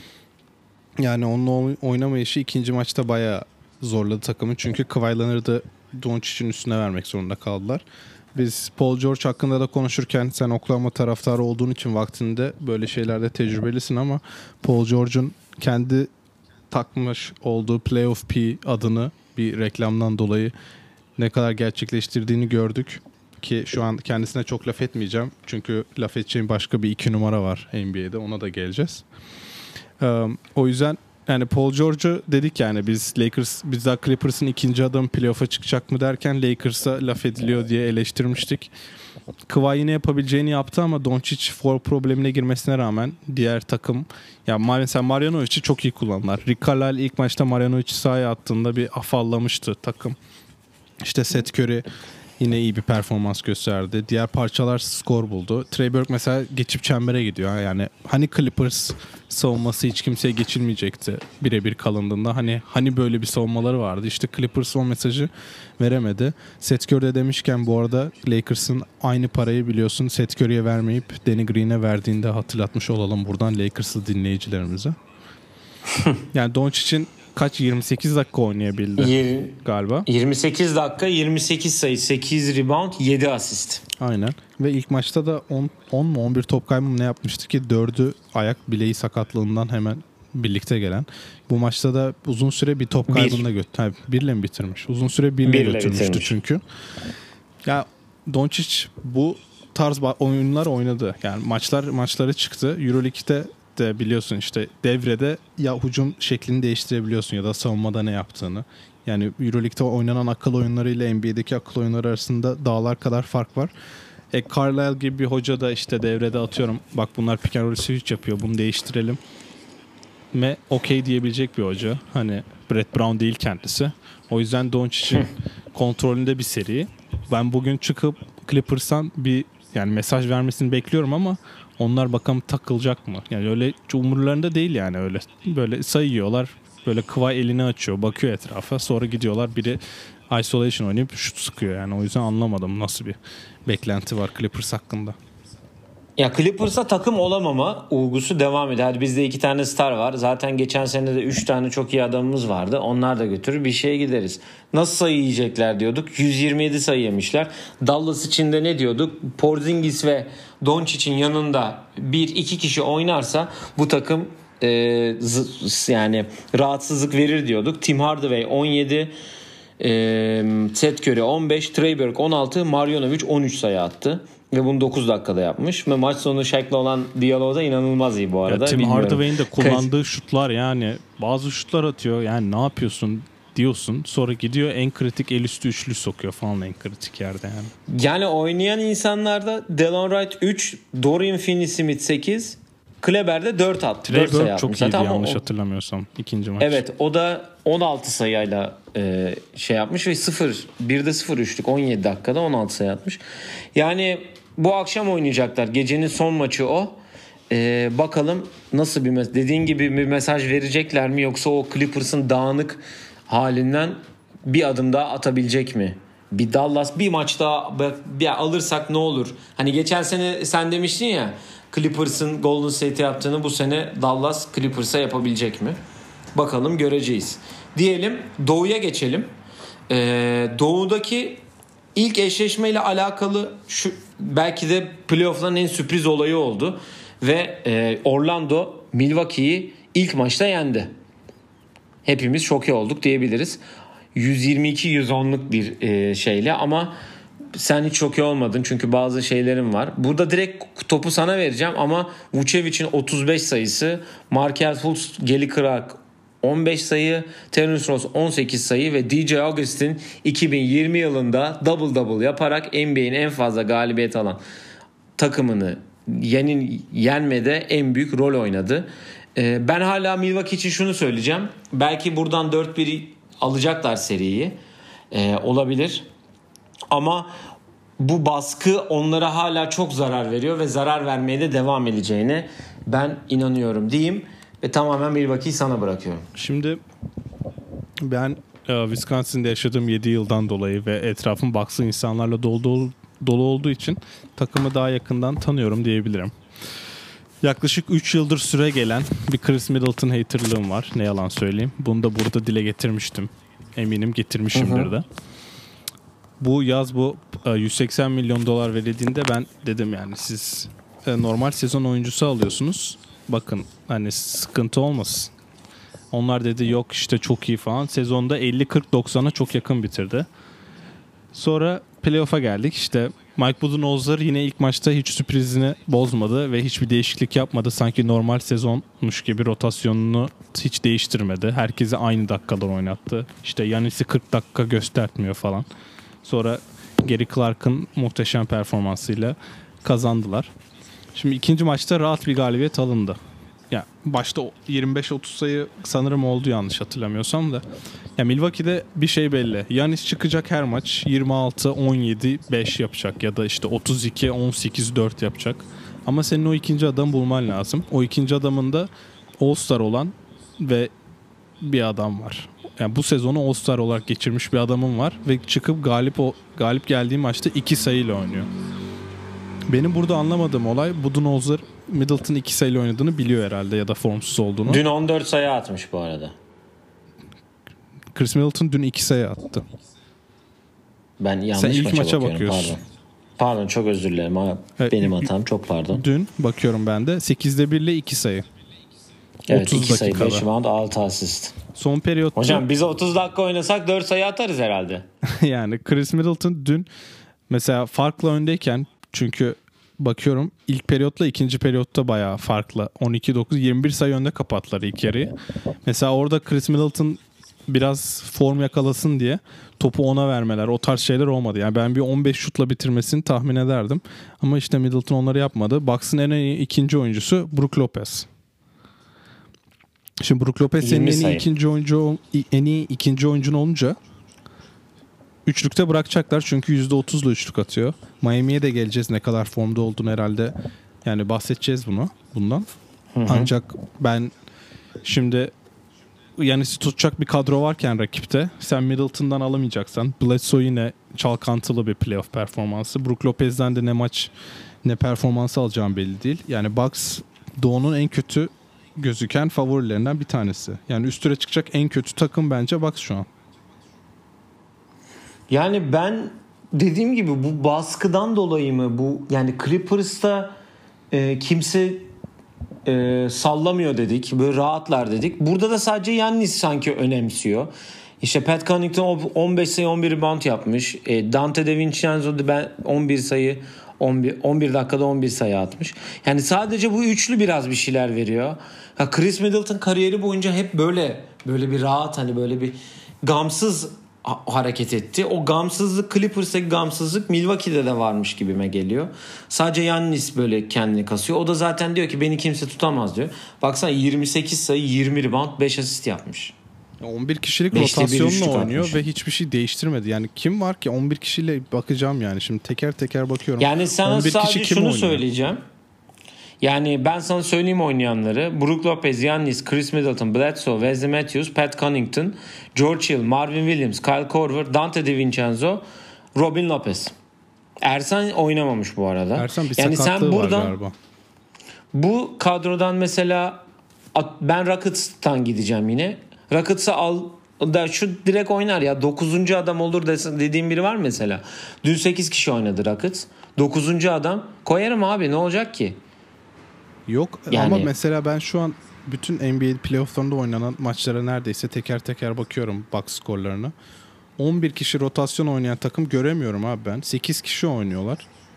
Yani onunla oynamayışı ikinci maçta bayağı zorladı takımı. Çünkü Kawhi Leonard'ı Doncic'in üstüne vermek zorunda kaldılar. Biz Paul George hakkında da konuşurken sen Oklahoma taraftarı olduğun için vaktinde böyle şeylerde tecrübelisin ama Paul George'un kendi takmış olduğu Playoff P adını bir reklamdan dolayı ne kadar gerçekleştirdiğini gördük. Ki şu an kendisine çok laf etmeyeceğim. Çünkü laf edeceğim başka bir 2 numara var NBA'de. Ona da geleceğiz. O yüzden yani Paul George'u dedik yani biz daha Clippers'ın ikinci adamı playoff'a çıkacak mı derken Lakers'a laf ediliyor diye eleştirmiştik. Kawhi yine yapabileceğini yaptı ama Doncic foul problemine girmesine rağmen diğer takım ya mesela Marjanovic'i çok iyi kullandılar. Rick Carlisle ilk maçta Marjanovic'i sahaya attığında bir afallamıştı takım. İşte Seth Curry yine iyi bir performans gösterdi. Diğer parçalar skor buldu. Trey Burke mesela geçip çembere gidiyor. Yani hani Clippers savunması hiç kimseye geçilmeyecekti birebir kalındığında. Hani böyle bir savunmaları vardı. İşte Clippers o mesajı veremedi. Seth Curry de demişken bu arada Lakers'ın aynı parayı biliyorsun Seth Curry'e vermeyip Danny Green'e verdiğinde hatırlatmış olalım buradan Lakers'lı dinleyicilerimize. Yani Doncic'in kaç 28 dakika oynayabildi galiba. 28 dakika 28 sayı 8 rebound 7 asist. Aynen. Ve ilk maçta da 10 mu 11 top kaybı mı ne yapmıştı ki 4'ü ayak bileği sakatlığından hemen birlikte gelen. Bu maçta da uzun süre bir top kaybında götürdü. Birle mi bitirmiş? Uzun süre birle götürmüştü bitirmiş. Çünkü. Ya Doncic bu tarz oyunlar oynadı. Yani maçları çıktı. EuroLeague'de de biliyorsun işte devrede ya hücum şeklini değiştirebiliyorsun ya da savunmada ne yaptığını. Yani EuroLeague'de oynanan akıl oyunları ile NBA'deki akıl oyunları arasında dağlar kadar fark var. Carlisle gibi bir hoca da işte devrede atıyorum bak bunlar pick and roll switch yapıyor bunu değiştirelim. Okey diyebilecek bir hoca. Hani Brett Brown değil kendisi. O yüzden Doncic'in kontrolünde bir seri. Ben bugün çıkıp Clippers'tan bir yani mesaj vermesini bekliyorum ama onlar bakalım takılacak mı? Yani öyle umurlarında değil yani öyle. Böyle sayıyorlar. Böyle Kawhi elini açıyor. Bakıyor etrafa. Sonra gidiyorlar. Biri isolation oynayıp şut sıkıyor yani. O yüzden anlamadım nasıl bir beklenti var Clippers hakkında. Ya Clippers'a takım olamama olgusu devam ediyor. Hadi bizde 2 tane star var. Zaten geçen sene de 3 tane çok iyi adamımız vardı. Onlar da götürür bir şeye gideriz. Nasıl sayı yiyecekler diyorduk. 127 sayı yemişler. Dallas için de ne diyorduk? Porzingis ve Doncic'in yanında 1-2 kişi oynarsa bu takım yani rahatsızlık verir diyorduk. Tim Hardaway 17, Seth Curry 15, Trey Burke 16, Marjanovic 13 sayı attı. Ve bunu 9 dakikada yapmış. Ve maç sonu Shaq'la olan diyaloğu da inanılmaz iyi bu arada. Ya Tim Hardaway'in de kullandığı şutlar yani bazı şutlar atıyor. Yani ne yapıyorsun diyorsun. Sonra gidiyor en kritik el üstü üçlü sokuyor falan en kritik yerde yani. Yani oynayan insanlarda Delon Wright 3, Dorian Finney-Smith 8, Kleber'de 4 attı. Trey Burke çok iyiydi yanlış hatırlamıyorsam ikinci maç. Evet o da 16 sayıyla şey yapmış ve 1'de 0 üçlük 17 dakikada 16 sayı atmış. Yani bu akşam oynayacaklar. Gecenin son maçı o. Bakalım nasıl bir dediğin gibi bir mesaj verecekler mi yoksa o Clippers'ın dağınık halinden bir adım daha atabilecek mi? Bir Dallas bir maç daha alırsak ne olur? Hani geçen sene sen demiştin ya Clippers'ın Golden State'e yaptığını bu sene Dallas Clippers'a yapabilecek mi? Bakalım göreceğiz. Diyelim Doğu'ya geçelim. Doğu'daki ilk eşleşmeyle alakalı şu belki de playoff'ların en sürpriz olayı oldu. Ve Orlando Milwaukee'yi ilk maçta yendi. Hepimiz şoke olduk diyebiliriz. 122-110'luk bir şeyle ama sen hiç şoke olmadın çünkü bazı şeylerim var. Burada direkt topu sana vereceğim ama Vucevic'in 35 sayısı, Markelle Fultz, Gary Clark 15 sayı, Terence Ross 18 sayı ve DJ Augustin 2020 yılında double double yaparak NBA'in en fazla galibiyet alan takımını yenmede en büyük rol oynadı. Ben hala Milwaukee için şunu söyleyeceğim. Belki buradan 4-1 alacaklar seriyi. Olabilir. Ama bu baskı onlara hala çok zarar veriyor ve zarar vermeye de devam edeceğine ben inanıyorum diyeyim ve tamamen Milwaukee'yi sana bırakıyorum. Şimdi ben Wisconsin'de yaşadığım 7 yıldan dolayı ve etrafım Bucks'ın insanlarla dolu olduğu için takımı daha yakından tanıyorum diyebilirim. Yaklaşık 3 yıldır süre gelen bir Chris Middleton haterlığım var. Ne yalan söyleyeyim. Bunu da burada dile getirmiştim. Eminim getirmişimdir de. Bu yaz bu 180 milyon dolar verildiğinde ben dedim yani siz normal sezon oyuncusu alıyorsunuz. Bakın hani sıkıntı olmasın. Onlar dedi yok işte çok iyi falan. Sezonda 50-40-90'a çok yakın bitirdi. Sonra playoff'a geldik. İşte Mike Budenholzer yine ilk maçta hiç sürprizini bozmadı ve hiçbir değişiklik yapmadı. Sanki normal sezonmuş gibi rotasyonunu hiç değiştirmedi. Herkesi aynı dakikalar oynattı. İşte Giannis'i 40 dakika göstertmiyor falan. Sonra Gary Clark'ın muhteşem performansıyla kazandılar. Şimdi ikinci maçta rahat bir galibiyet alındı. Ya başta 25-30 sayı sanırım oldu yanlış hatırlamıyorsam da. Ya Milwaukee'de bir şey belli. Giannis çıkacak her maç 26-17-5 yapacak ya da işte 32-18-4 yapacak. Ama senin o ikinci adamı bulman lazım. O ikinci adamın da All-Star olan ve bir adam var. Yani bu sezonu All-Star olarak geçirmiş bir adamın var ve çıkıp galip geldiği maçta 2 sayıyla oynuyor. Benim burada anlamadığım olay Budenholzer Middleton 2 sayıyla oynadığını biliyor herhalde ya da formsuz olduğunu. Dün 14 sayı atmış bu arada. Chris Middleton dün 2 sayı attı. Ben yanlış Sen ilk maça bakıyorsun. Pardon. Pardon çok özür dilerim. Benim hatam çok pardon. Dün bakıyorum ben de 8'de 1 ile 2 sayı. Evet 2 sayı 5 rebound 6 asist. Son periyotta... Hocam biz 30 dakika oynasak 4 sayı atarız herhalde. Yani Chris Middleton dün mesela farklı öndeyken çünkü bakıyorum ilk periyotla ikinci periyotta bayağı farklı. 12-9 21 sayı önde kapattılar ilk yarıyı. Mesela orada Chris Middleton biraz form yakalasın diye topu ona vermeler. O tarz şeyler olmadı. Yani ben bir 15 şutla bitirmesini tahmin ederdim. Ama işte Middleton onları yapmadı. Bucks'ın en iyi ikinci oyuncusu Brook Lopez. Şimdi Brook Lopez senin en iyi ikinci oyuncun olunca üçlükte bırakacaklar çünkü %30'la üçlük atıyor. Miami'ye de geleceğiz ne kadar formda olduğunu herhalde yani bahsedeceğiz bundan. Hı-hı. Ancak ben şimdi Giannis'i tutacak bir kadro varken rakipte sen Middleton'dan alamayacaksan Bledsoe yine çalkantılı bir playoff performansı. Brook Lopez'den de ne maç ne performansı alacağım belli değil. Yani Bucks Doğu'nun en kötü gözüken favorilerinden bir tanesi. Yani üst tura çıkacak en kötü takım bence Bucks şu an. Yani ben dediğim gibi bu baskıdan dolayı mı bu yani Clippers'ta kimse sallamıyor dedik. Böyle rahatlar dedik. Burada da sadece Giannis sanki önemsiyor. İşte Pat Connaughton 15 sayı 11 rebound yapmış. Dante DiVincenzo da 11 sayı 11 dakikada 11 sayı atmış. Yani sadece bu üçlü biraz bir şeyler veriyor. Chris Middleton kariyeri boyunca hep böyle bir rahat hani böyle bir gamsız hareket etti. O gamsızlık Clippers'taki gamsızlık Milwaukee'de de varmış gibime geliyor. Sadece Giannis böyle kendini kasıyor. O da zaten diyor ki beni kimse tutamaz diyor. Baksana 28 sayı 20 rebound 5 asist yapmış. 11 kişilik rotasyonla oynuyor atmış. Ve hiçbir şey değiştirmedi. Yani kim var ki 11 kişiyle bakacağım yani. Şimdi teker teker bakıyorum. Yani sana sadece şunu söyleyeceğim. Yani ben sana söyleyeyim oynayanları. Brook Lopez, Giannis, Chris Middleton, Bledsoe, Wesley Matthews, Pat Connaughton, George Hill, Marvin Williams, Kyle Korver, Dante DiVincenzo, Robin Lopez. Ersan oynamamış bu arada. Ersan bir yani sakatlığı var galiba. Bu kadrodan mesela ben Rockets'tan gideceğim yine. Rockets'ı al da şu direkt oynar ya 9. adam olur dediğim biri var mı mesela? Dün 8 kişi oynadı Rockets. 9. adam koyarım abi ne olacak ki? Yok yani, ama mesela ben şu an bütün NBA playoff'larında oynanan maçlara neredeyse teker teker bakıyorum box skorlarına. 11 kişi rotasyon oynayan takım göremiyorum abi ben. 8 kişi oynuyorlar.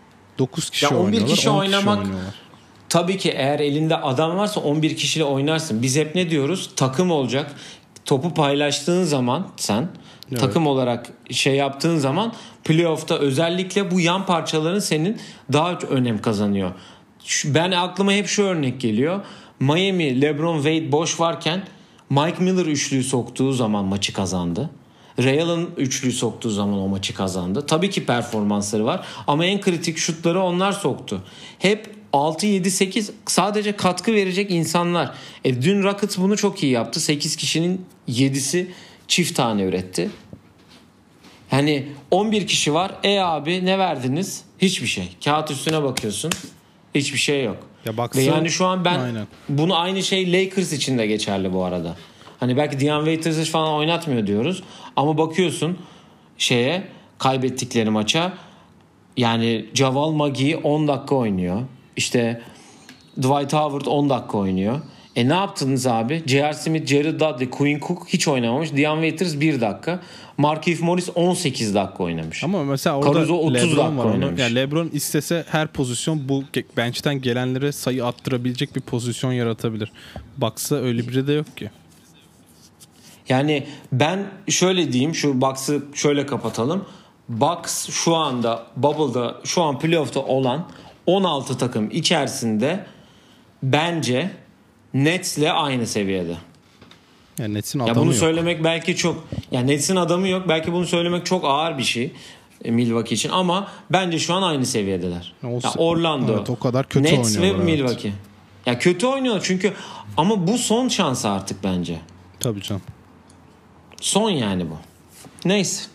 9 kişi oynuyorlar. 11 kişi oynamak tabii ki eğer elinde adam varsa 11 kişiyle oynarsın. Biz hep ne diyoruz? Takım olacak. Topu paylaştığın zaman sen takım olarak şey yaptığın zaman playoff'ta özellikle bu yan parçaların senin daha önem kazanıyor. Ben aklıma hep şu örnek geliyor. Miami, LeBron, Wade boş varken Mike Miller üçlüyü soktuğu zaman maçı kazandı. Ray Allen üçlüyü soktuğu zaman o maçı kazandı. Tabii ki performansları var ama en kritik şutları onlar soktu. Hep 6, 7, 8 sadece katkı verecek insanlar. Dün Rockets bunu çok iyi yaptı. 8 kişinin 7'si çift tane üretti. Hani 11 kişi var. Abi ne verdiniz? Hiçbir şey. Kağıt üstüne bakıyorsun. Hiçbir şey yok. Ya ve yani şu an ben aynen. Bunu aynı şey Lakers için de geçerli bu arada. Hani belki Dion Waiters'ı falan oynatmıyor diyoruz. Ama bakıyorsun kaybettikleri maça, yani Javal McGee 10 dakika oynuyor. İşte Dwight Howard 10 dakika oynuyor. Ne yaptınız abi? J.R. Smith, Jared Dudley, Quinn Cook hiç oynamamış. Dion Waiters 1 dakika. Markieff Morris 18 dakika oynamış. Ama mesela orada Caruso 30 LeBron dakika var oynamış. Yani LeBron istese her pozisyon bu bench'ten gelenlere sayı attırabilecek bir pozisyon yaratabilir. Bucks'a öyle biri de yok ki. Yani ben şöyle diyeyim, şu Bucks'ı şöyle kapatalım. Bucks şu anda Bubble'da, şu an playoff'ta olan 16 takım içerisinde bence Nets'le aynı seviyede. Yani Nets'in adamı bunu yok. söylemek belki çok, yani Nets'in adamı yok. Belki bunu söylemek çok ağır bir şey Milwaukee için, ama bence şu an aynı seviyedeler. Orlando, evet, o kadar kötü Nets ve oynuyorlar, Milwaukee. evet. Ya kötü oynuyor çünkü, ama bu son şansı artık bence. Tabii canım. Son yani bu. Neyse.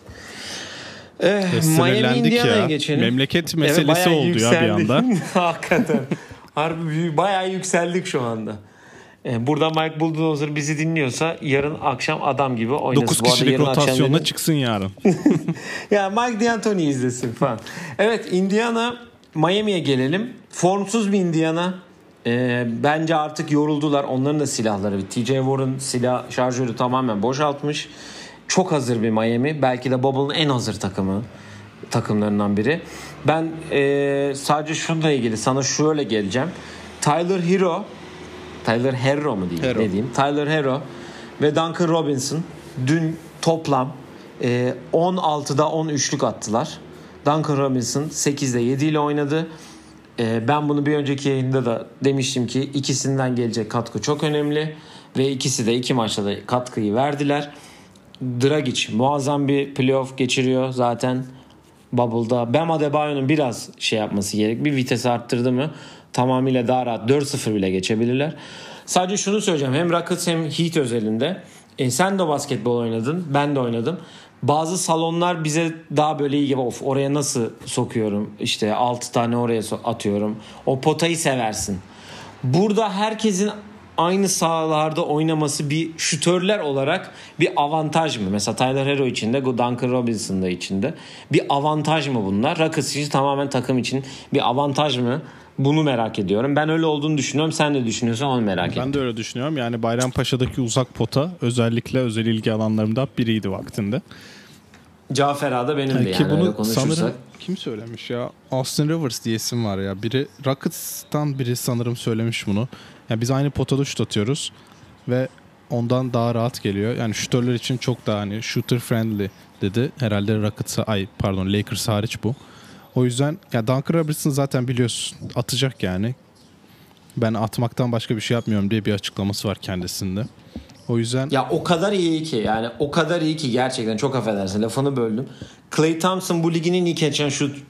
Miami Sinirlendik Indiana'ya ya. geçelim. Memleket meselesi oldu ya bir anda. Hakikaten. Harbi bayağı yükseldik şu anda. Burada Mike Budenholzer bizi dinliyorsa yarın akşam adam gibi oynasın. 9 kişilik rotasyonla çıksın yarın. Ya Mike D'Antoni izlesin falan. Evet, Indiana, Miami'ye gelelim. Formsuz bir Indiana. Bence artık yoruldular. Onların da silahları. TJ Warren silah şarjörü tamamen boşaltmış. Çok hazır bir Miami. Belki de Bubble'ın en hazır takımlarından biri. Ben sadece şununla ilgili sana şöyle geleceğim. Tyler Herro mu diyeyim? Herro. Ne diyeyim? Tyler Herro ve Duncan Robinson dün toplam 16'da 10 üçlük attılar. Duncan Robinson 8'de 7 ile oynadı. Ben bunu bir önceki yayında da demiştim ki ikisinden gelecek katkı çok önemli ve ikisi de 2 maçta da katkıyı verdiler. Dragic muazzam bir playoff geçiriyor zaten Bubble'da. Bam Adebayo'nun biraz yapması gerek. Bir vites arttırdı mı tamamıyla daha rahat 4-0 bile geçebilirler. Sadece şunu söyleyeceğim. Hem Rockets hem Heat özelinde. Sen de basketbol oynadın. Ben de oynadım. Bazı salonlar bize daha böyle iyi gibi, of oraya nasıl sokuyorum, işte 6 tane oraya atıyorum. O potayı seversin. Burada herkesin aynı sahalarda oynaması bir şütörler olarak bir avantaj mı? Mesela Tyler Herro için de, Duncan Robinson da için de bir avantaj mı bunlar? Rockets için tamamen takım için bir avantaj mı? Bunu merak ediyorum. Ben öyle olduğunu düşünüyorum. Sen de düşünüyorsan onu merak ediyorum. Ben de öyle düşünüyorum. Yani Bayrampaşa'daki uzak pota özellikle özel ilgi alanlarımda biriydi vaktinde. Cafer Ağa da benim de, ki yani bunu öyle konuşursak. sanırım kim söylemiş ya? Austin Rivers diye isim var ya. Biri Rockets'tan biri sanırım söylemiş bunu. Yani biz aynı potada şut atıyoruz ve ondan daha rahat geliyor. Yani şutörler için çok daha hani shooter friendly dedi. Herhalde Lakers hariç bu. O yüzden ya Duncan Robinson zaten biliyorsun atacak yani. Ben atmaktan başka bir şey yapmıyorum diye bir açıklaması var kendisinde. O yüzden ya o kadar iyi ki, yani o kadar iyi ki gerçekten, çok affedersin lafını böldüm. Klay Thompson bu ligin ilk geçen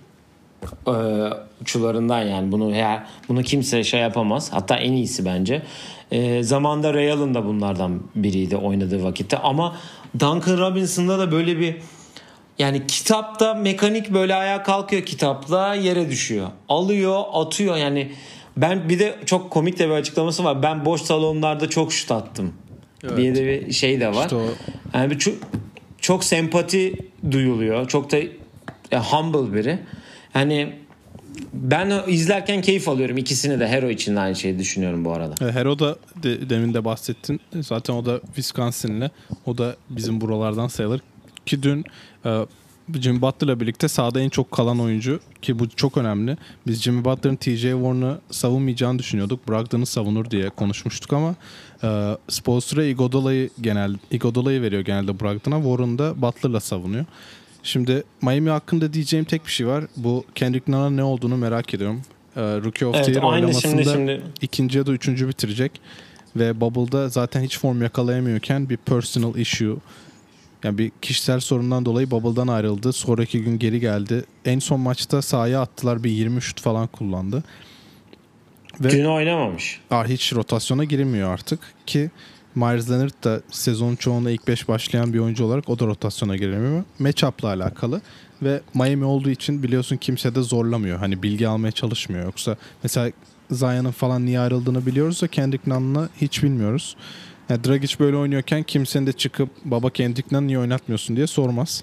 şutçularından, yani bunu kimse yapamaz. Hatta en iyisi bence. Zamanında Ray Allen da bunlardan biriydi oynadığı vakitte, ama Duncan Robinson'da da böyle bir, yani kitapta mekanik böyle ayağa kalkıyor, kitapla yere düşüyor. Alıyor, atıyor yani. Ben bir de çok komik de bir açıklaması var. Ben boş salonlarda çok şut attım. Evet. Bir de bir şey de var. İşte yani çok sempati duyuluyor. Çok da humble biri. Hani ben izlerken keyif alıyorum. İkisini de, Herro için de aynı şeyi düşünüyorum bu arada. Herro da demin de bahsettin. Zaten o da Wisconsin'li. O da bizim buralardan sayılır. Ki dün Jimmy Butler'la birlikte sahada en çok kalan oyuncu, ki bu çok önemli. Biz Jimmy Butler'ın TJ Warren'ı savunmayacağını düşünüyorduk. Brogdon'u savunur diye konuşmuştuk ama Spoelstra Iguodala'yı veriyor genelde Brogdon'a. Warren da Butler'la savunuyor. Şimdi Miami hakkında diyeceğim tek bir şey var. Bu Kendrick Nunn'ın ne olduğunu merak ediyorum. Rookie of the Year oylamasında şimdi ikinci ya da üçüncü bitirecek. Ve Bubble'da zaten hiç form yakalayamıyorken bir personal issue, yani bir kişisel sorundan dolayı Bubble'dan ayrıldı. Sonraki gün geri geldi. En son maçta sahaya attılar, bir 20 şut falan kullandı. Ve dün oynamamış. Hiç rotasyona girilmiyor artık ki Myers Leonard da sezonun çoğunda ilk 5 başlayan bir oyuncu olarak o da rotasyona giremiyor. Matchup'la alakalı ve Miami olduğu için biliyorsun kimse de zorlamıyor. Hani bilgi almaya çalışmıyor. Yoksa mesela Zion'ın falan niye ayrıldığını biliyoruz da Kendrick Nunn'la hiç bilmiyoruz. Yani Dragic böyle oynuyorken kimsenin de çıkıp baba Kendrick Nunn niye oynatmıyorsun diye sormaz.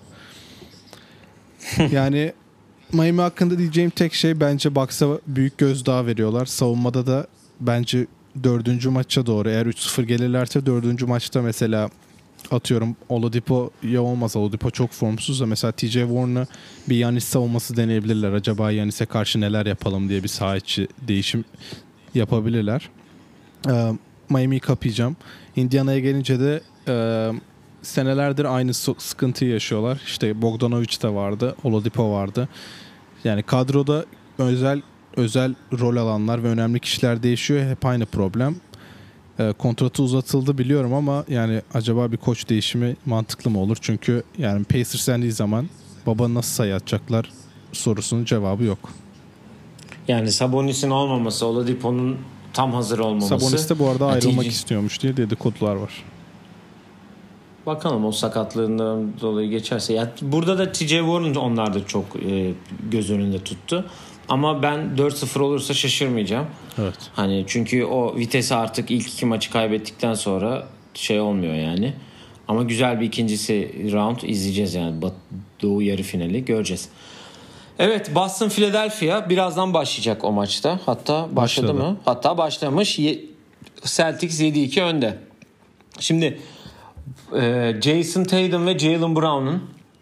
Yani Miami hakkında diyeceğim tek şey bence Bucks'a büyük gözdağı veriyorlar. Savunmada da bence 4. maça doğru eğer 3-0 gelirlerse 4. maçta mesela atıyorum Oladipo ya olmaz. Oladipo çok formsuz da mesela TJ Warren'ı bir Giannis savunması deneyebilirler. Acaba Giannis'e karşı neler yapalım diye bir saha içi değişim yapabilirler. Miami'yi kapayacağım. Indiana'ya gelince de senelerdir aynı sıkıntıyı yaşıyorlar. İşte Bogdanovic de vardı, Oladipo vardı. Yani kadroda özel rol alanlar ve önemli kişiler değişiyor. Hep aynı problem. Kontratı uzatıldı biliyorum ama yani acaba bir koç değişimi mantıklı mı olur? Çünkü yani Pacers yendiği zaman baba nasıl sayı atacaklar sorusunun cevabı yok. Yani Sabonis'in olmaması, Oladipo'nun tam hazır olmaması. Sabonis de bu arada ayrılmak istiyormuş diye dedikodular var. Bakalım o sakatlığından dolayı geçerse. Ya burada da TJ Warren onlar da çok göz önünde tuttu. Ama ben 4-0 olursa şaşırmayacağım. Evet. Hani çünkü o vitesi artık ilk 2 maçı kaybettikten sonra şey olmuyor yani. Ama güzel bir ikincisi round izleyeceğiz yani. Doğu yarı finali göreceğiz. Evet, Boston Philadelphia birazdan başlayacak o maçta. Hatta başladı mı? Hatta başlamış. Celtics 7-2 önde. Şimdi Jason Tatum ve Jaylen Brown'un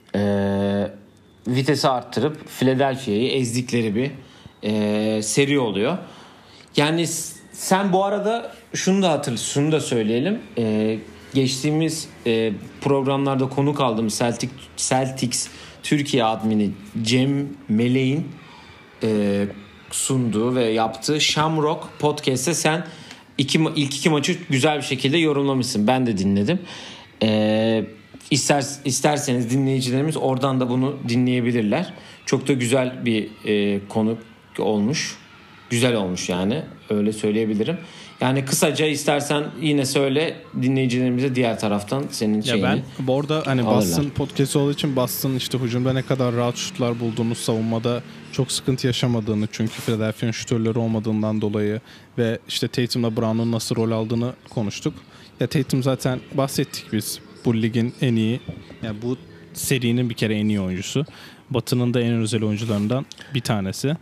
vitesi arttırıp Philadelphia'yı ezdikleri bir seri oluyor. Yani sen bu arada şunu da söyleyelim. Geçtiğimiz programlarda konuk aldığımız Celtics Türkiye admini Cem Meleğin sunduğu ve yaptığı Shamrock Podcast'te sen ilk iki maçı güzel bir şekilde yorumlamışsın. Ben de dinledim. İsterseniz dinleyicilerimiz oradan da bunu dinleyebilirler. Çok da güzel bir konu olmuş. Güzel olmuş yani. Öyle söyleyebilirim. Yani kısaca istersen yine söyle dinleyicilerimize diğer taraftan senin şeyini. Ya ben bu arada hani Boston podcast olduğu için Boston işte hücumda ne kadar rahat şutlar bulduğunu, savunmada çok sıkıntı yaşamadığını, çünkü Philadelphia'nın şutörleri olmadığından dolayı ve işte Tatum'la Brown'un nasıl rol aldığını konuştuk. Ya Tatum zaten bahsettik biz. Bu ligin en iyi, yani bu serinin bir kere en iyi oyuncusu. Batı'nın da en özel oyuncularından bir tanesi.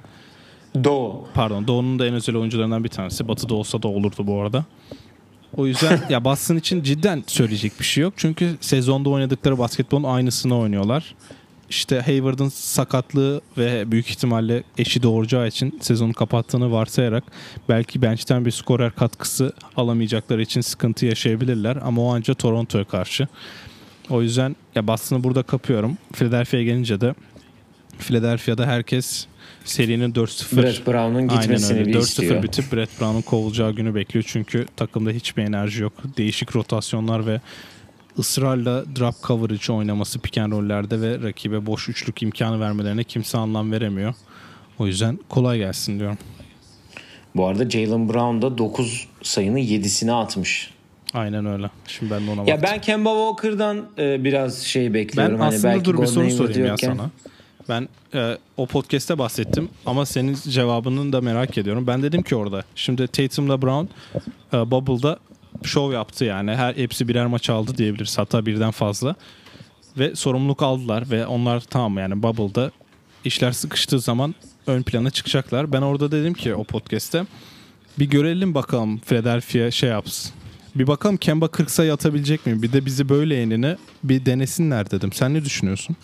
Doğu'nun da en özel oyuncularından bir tanesi. Batı'da olsa da olurdu bu arada. O yüzden ya Boston için cidden söyleyecek bir şey yok. Çünkü sezonda oynadıkları basketbolun aynısını oynuyorlar. İşte Hayward'ın sakatlığı ve büyük ihtimalle eşi doğuracağı için sezonu kapattığını varsayarak belki bench'ten bir skorer katkısı alamayacakları için sıkıntı yaşayabilirler. Ama o ancak Toronto'ya karşı. O yüzden ya Boston'ı burada kapıyorum. Philadelphia'ya gelince de Philadelphia'da herkes serinin 4-0 Brett Brown'un gitmesini bir istiyor. 4-0 bitip Brett Brown'un kovulacağı günü bekliyor. Çünkü takımda hiçbir enerji yok. Değişik rotasyonlar ve ısrarla drop coverage oynaması pick and roll'lerde ve rakibe boş üçlük imkanı vermelerine kimse anlam veremiyor. O yüzden kolay gelsin diyorum. Bu arada Jaylen Brown da 9 sayının 7'sini atmış. Aynen öyle. Şimdi ben de ona baktım. Ya ben Kemba Walker'dan biraz şey bekliyorum. Ben aslında belki dur bir soru sorayım diyorken... ya sana. Ben o podcast'te bahsettim ama senin cevabını da merak ediyorum. Ben dedim ki orada şimdi Tatum'la Brown Bubble'da şov yaptı yani. Hepsi birer maç aldı diyebiliriz. Hatta birden fazla. Ve sorumluluk aldılar ve onlar tamam yani Bubble'da işler sıkıştığı zaman ön plana çıkacaklar. Ben orada dedim ki o podcast'te bir görelim bakalım Philadelphia şey yapsın. Bir bakalım Kemba 40 sayı atabilecek mi? Bir de bizi böyle yenini bir denesinler dedim. Sen ne düşünüyorsun?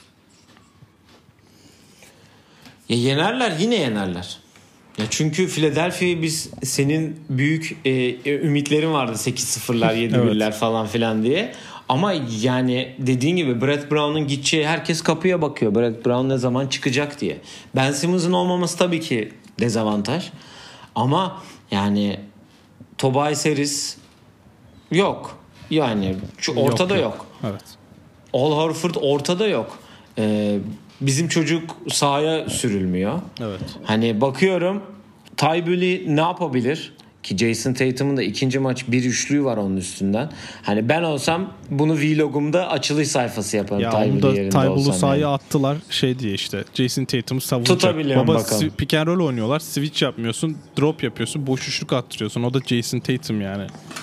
Ya yenerler, yine yenerler. Ya çünkü Philadelphia'yı biz senin büyük ümitlerin vardı 8-0'lar 7-1'ler evet. falan filan diye. Ama yani dediğin gibi Brett Brown'un gideceği herkes kapıya bakıyor. Brett Brown ne zaman çıkacak diye. Ben Simmons'ın olmaması tabii ki dezavantaj. Ama yani Tobias Harris yok. Yani şu ortada yok. Evet. Al Horford ortada yok. Bizim çocuk sahaya sürülmüyor. Evet. Hani bakıyorum Tybully ne yapabilir? ki Jason Tatum'un da ikinci maç bir üçlüğü var onun üstünden. Hani ben olsam bunu vlogumda açılış sayfası yaparım. Ya onu da Tybull'u sahaya attılar şey diye işte. Jason Tatum'u savunacak. Tutabiliyorum Baba bakalım. pick and roll oynuyorlar. Switch yapmıyorsun. Drop yapıyorsun. Boş üçlük attırıyorsun. O da Jason Tatum yani.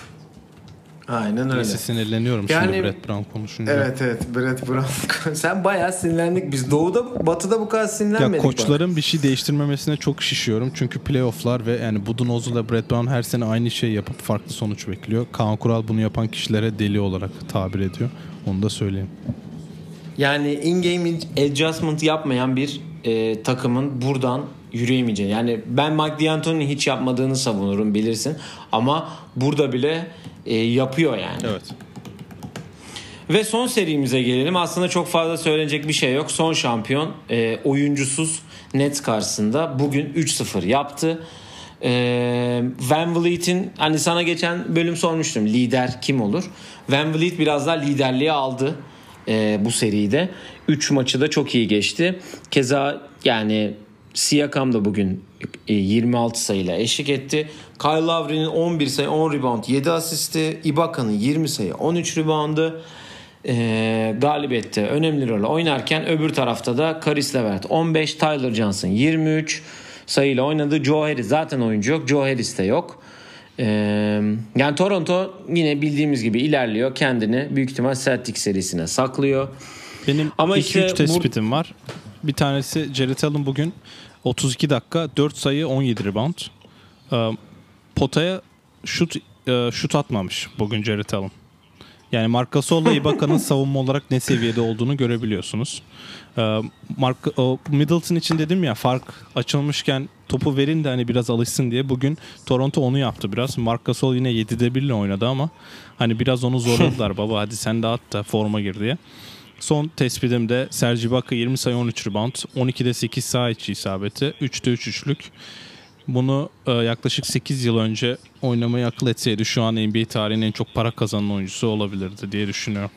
Aynen öyle. Neyse sinirleniyorum yani, şimdi Brett Brown konuşunca. Evet Brett Brown. Sen bayağı sinirlendik. Biz doğuda batıda bu kadar sinirlenmedik. Ya koçların bir şey değiştirmemesine çok şişiyorum. Çünkü playofflar ve yani Budenholzer'la Brett Brown her sene aynı şeyi yapıp farklı sonuç bekliyor. Kaan Kural bunu yapan kişilere deli olarak tabir ediyor. Onu da söyleyeyim. Yani in-game adjustment yapmayan bir takımın buradan yürüyemeyeceğini. Yani ben Mike D'Antoni'nin hiç yapmadığını savunurum bilirsin. Ama burada bile yapıyor yani. Evet. Ve son serimize gelelim. Aslında çok fazla söylenecek bir şey yok. Son şampiyon oyuncusuz Nets karşısında bugün 3-0 yaptı. Van Vliet'in hani sana geçen bölüm sormuştum. Lider kim olur? Van Vliet biraz daha liderliği aldı bu seride. 3 maçı da çok iyi geçti. Keza yani Siakam da bugün 26 sayıyla eşlik etti. Kyle Lowry'nin 11 sayı 10 rebound 7 asisti. Ibaka'nın 20 sayı 13 reboundu. Galibiyette önemli rol oynarken öbür tarafta da Caris LeVert 15, Tyler Johnson 23 sayıyla oynadı. Joe Harris zaten oyuncu yok. Joe Harris de yok. Yani Toronto yine bildiğimiz gibi ilerliyor. Kendini büyük ihtimal Celtics serisine saklıyor. Benim 2-3 tespitim var. Bir tanesi Jarrett Allen bugün 32 dakika 4 sayı 17 rebound. Potaya şut atmamış bugün Jarrett Allen. Yani Marc Gasol'la Ibaka'nın savunma olarak ne seviyede olduğunu görebiliyorsunuz. Middleton için dedim ya fark açılmışken topu verin de hani biraz alışsın diye. Bugün Toronto onu yaptı biraz. Marc Gasol yine 7'de 1'le oynadı ama hani biraz onu zorladılar. Baba hadi sen de at da forma gir diye. Son tespitim de Serge Ibaka 20 sayı 13 rebound. 12'de 8 saha içi isabeti. 3'te 3 üçlük. Bunu yaklaşık 8 yıl önce oynamayı akıl etseydi şu an NBA tarihinin en çok para kazanan oyuncusu olabilirdi diye düşünüyorum.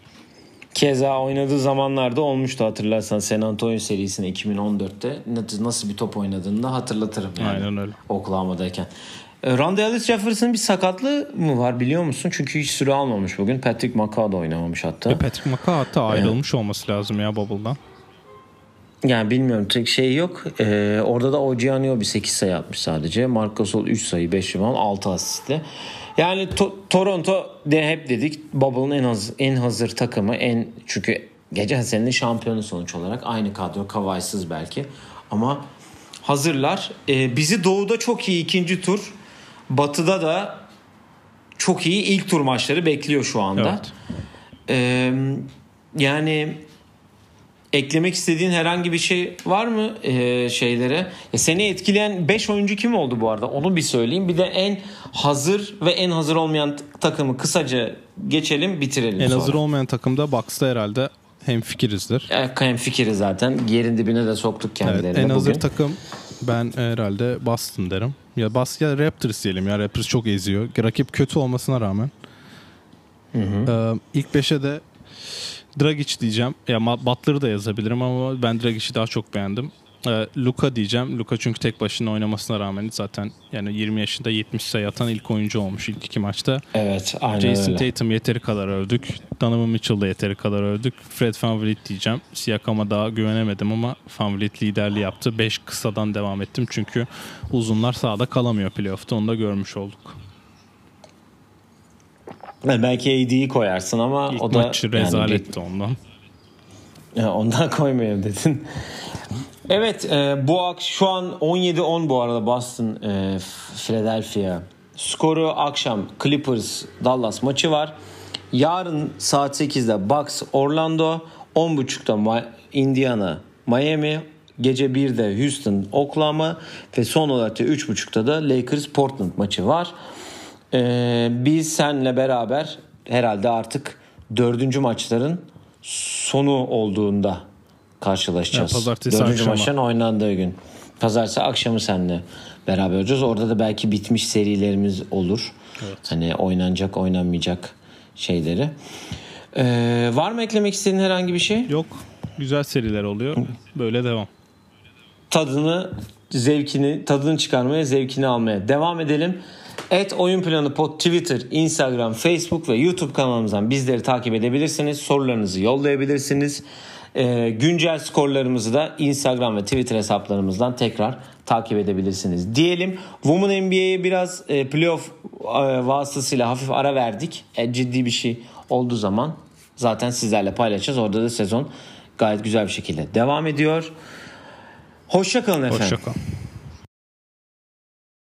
Keza oynadığı zamanlarda olmuştu hatırlarsan San Antonio serisinde 2014'te nasıl bir top oynadığını da hatırlatırım yani. Aynen öyle. Oklahoma'dayken. Randall Ellis Jefferson'ın bir sakatlığı mı var biliyor musun? Çünkü hiç süre almamış bugün. Patrick McCaw da oynamamış hatta. Patrick McCaw hatta ayrılmış olması lazım ya Bubble'dan. Yani bilmiyorum tek şey yok. Orada da OG Anunoby 8 sayı atmış sadece. Marc Gasol 3 sayı 5 rebound 6 asistle. Yani Toronto de hep dedik Bubble'ın en hazır takımı çünkü geçen senenin şampiyonu sonuç olarak aynı kadro Kawhi'sız belki ama hazırlar. Bizi doğuda çok iyi ikinci tur, batıda da çok iyi ilk tur maçları bekliyor şu anda. Evet. Yani eklemek istediğin herhangi bir şey var mı şeylere? Seni etkileyen 5 oyuncu kim oldu bu arada? Onu bir söyleyeyim. Bir de en hazır ve en hazır olmayan takımı kısaca geçelim, bitirelim en sonra. Hazır olmayan takımda Bucks'ta herhalde hemfikirizdir. Hemfikiriz zaten. Yerin dibine de soktuk kendilerini evet, en bugün. hazır takım ben herhalde Boston derim. Ya Raptors diyelim ya. Raptors çok eziyor. Rakip kötü olmasına rağmen. İlk 5'e de Dragic diyeceğim. Ya Butler'ı da yazabilirim ama ben Dragic'i daha çok beğendim. Luka diyeceğim. Luka çünkü tek başına oynamasına rağmen zaten yani 20 yaşında 70 sayı atan ilk oyuncu olmuş ilk 2 maçta. Evet, aynen Jason öyle. Tatum yeteri kadar övdük. Donovan Mitchell'da yeteri kadar övdük. Fred VanVleet diyeceğim. Siakam'a daha güvenemedim ama VanVleet liderliği yaptı. 5 kısadan devam ettim çünkü uzunlar sahada kalamıyor playoff'ta. Onu da görmüş olduk. Belki AD'yi koyarsın ama İlk o da maç rezaletti ondan. Ondan koymayayım dedin. Evet, şu an 17-10 bu arada Boston Philadelphia skoru. Akşam Clippers Dallas maçı var. Yarın saat 8'de Bucks Orlando, 10.30'da Indiana Miami, gece 1'de Houston Oklahoma ve son olarak da 3.30'da da Lakers Portland maçı var. Biz seninle beraber herhalde artık 4. maçların sonu olduğunda karşılaşacağız. Pazartesi 4. akşamı. maçların oynandığı gün. Pazartesi akşamı seninle beraber olacağız. Orada da belki bitmiş serilerimiz olur. Evet. Hani oynanacak oynanmayacak şeyleri. Var mı eklemek istediğin herhangi bir şey? Yok. Güzel seriler oluyor. Böyle devam. Tadını çıkarmaya, zevkini almaya devam edelim. Oyun Planı Pod Twitter, Instagram, Facebook ve YouTube kanalımızdan bizleri takip edebilirsiniz. Sorularınızı yollayabilirsiniz. Güncel skorlarımızı da Instagram ve Twitter hesaplarımızdan tekrar takip edebilirsiniz. Diyelim Women NBA'ye biraz playoff vasıtasıyla hafif ara verdik. Ciddi bir şey olduğu zaman zaten sizlerle paylaşacağız. Orada da sezon gayet güzel bir şekilde devam ediyor. Hoşça kalın efendim. Hoşça kalın.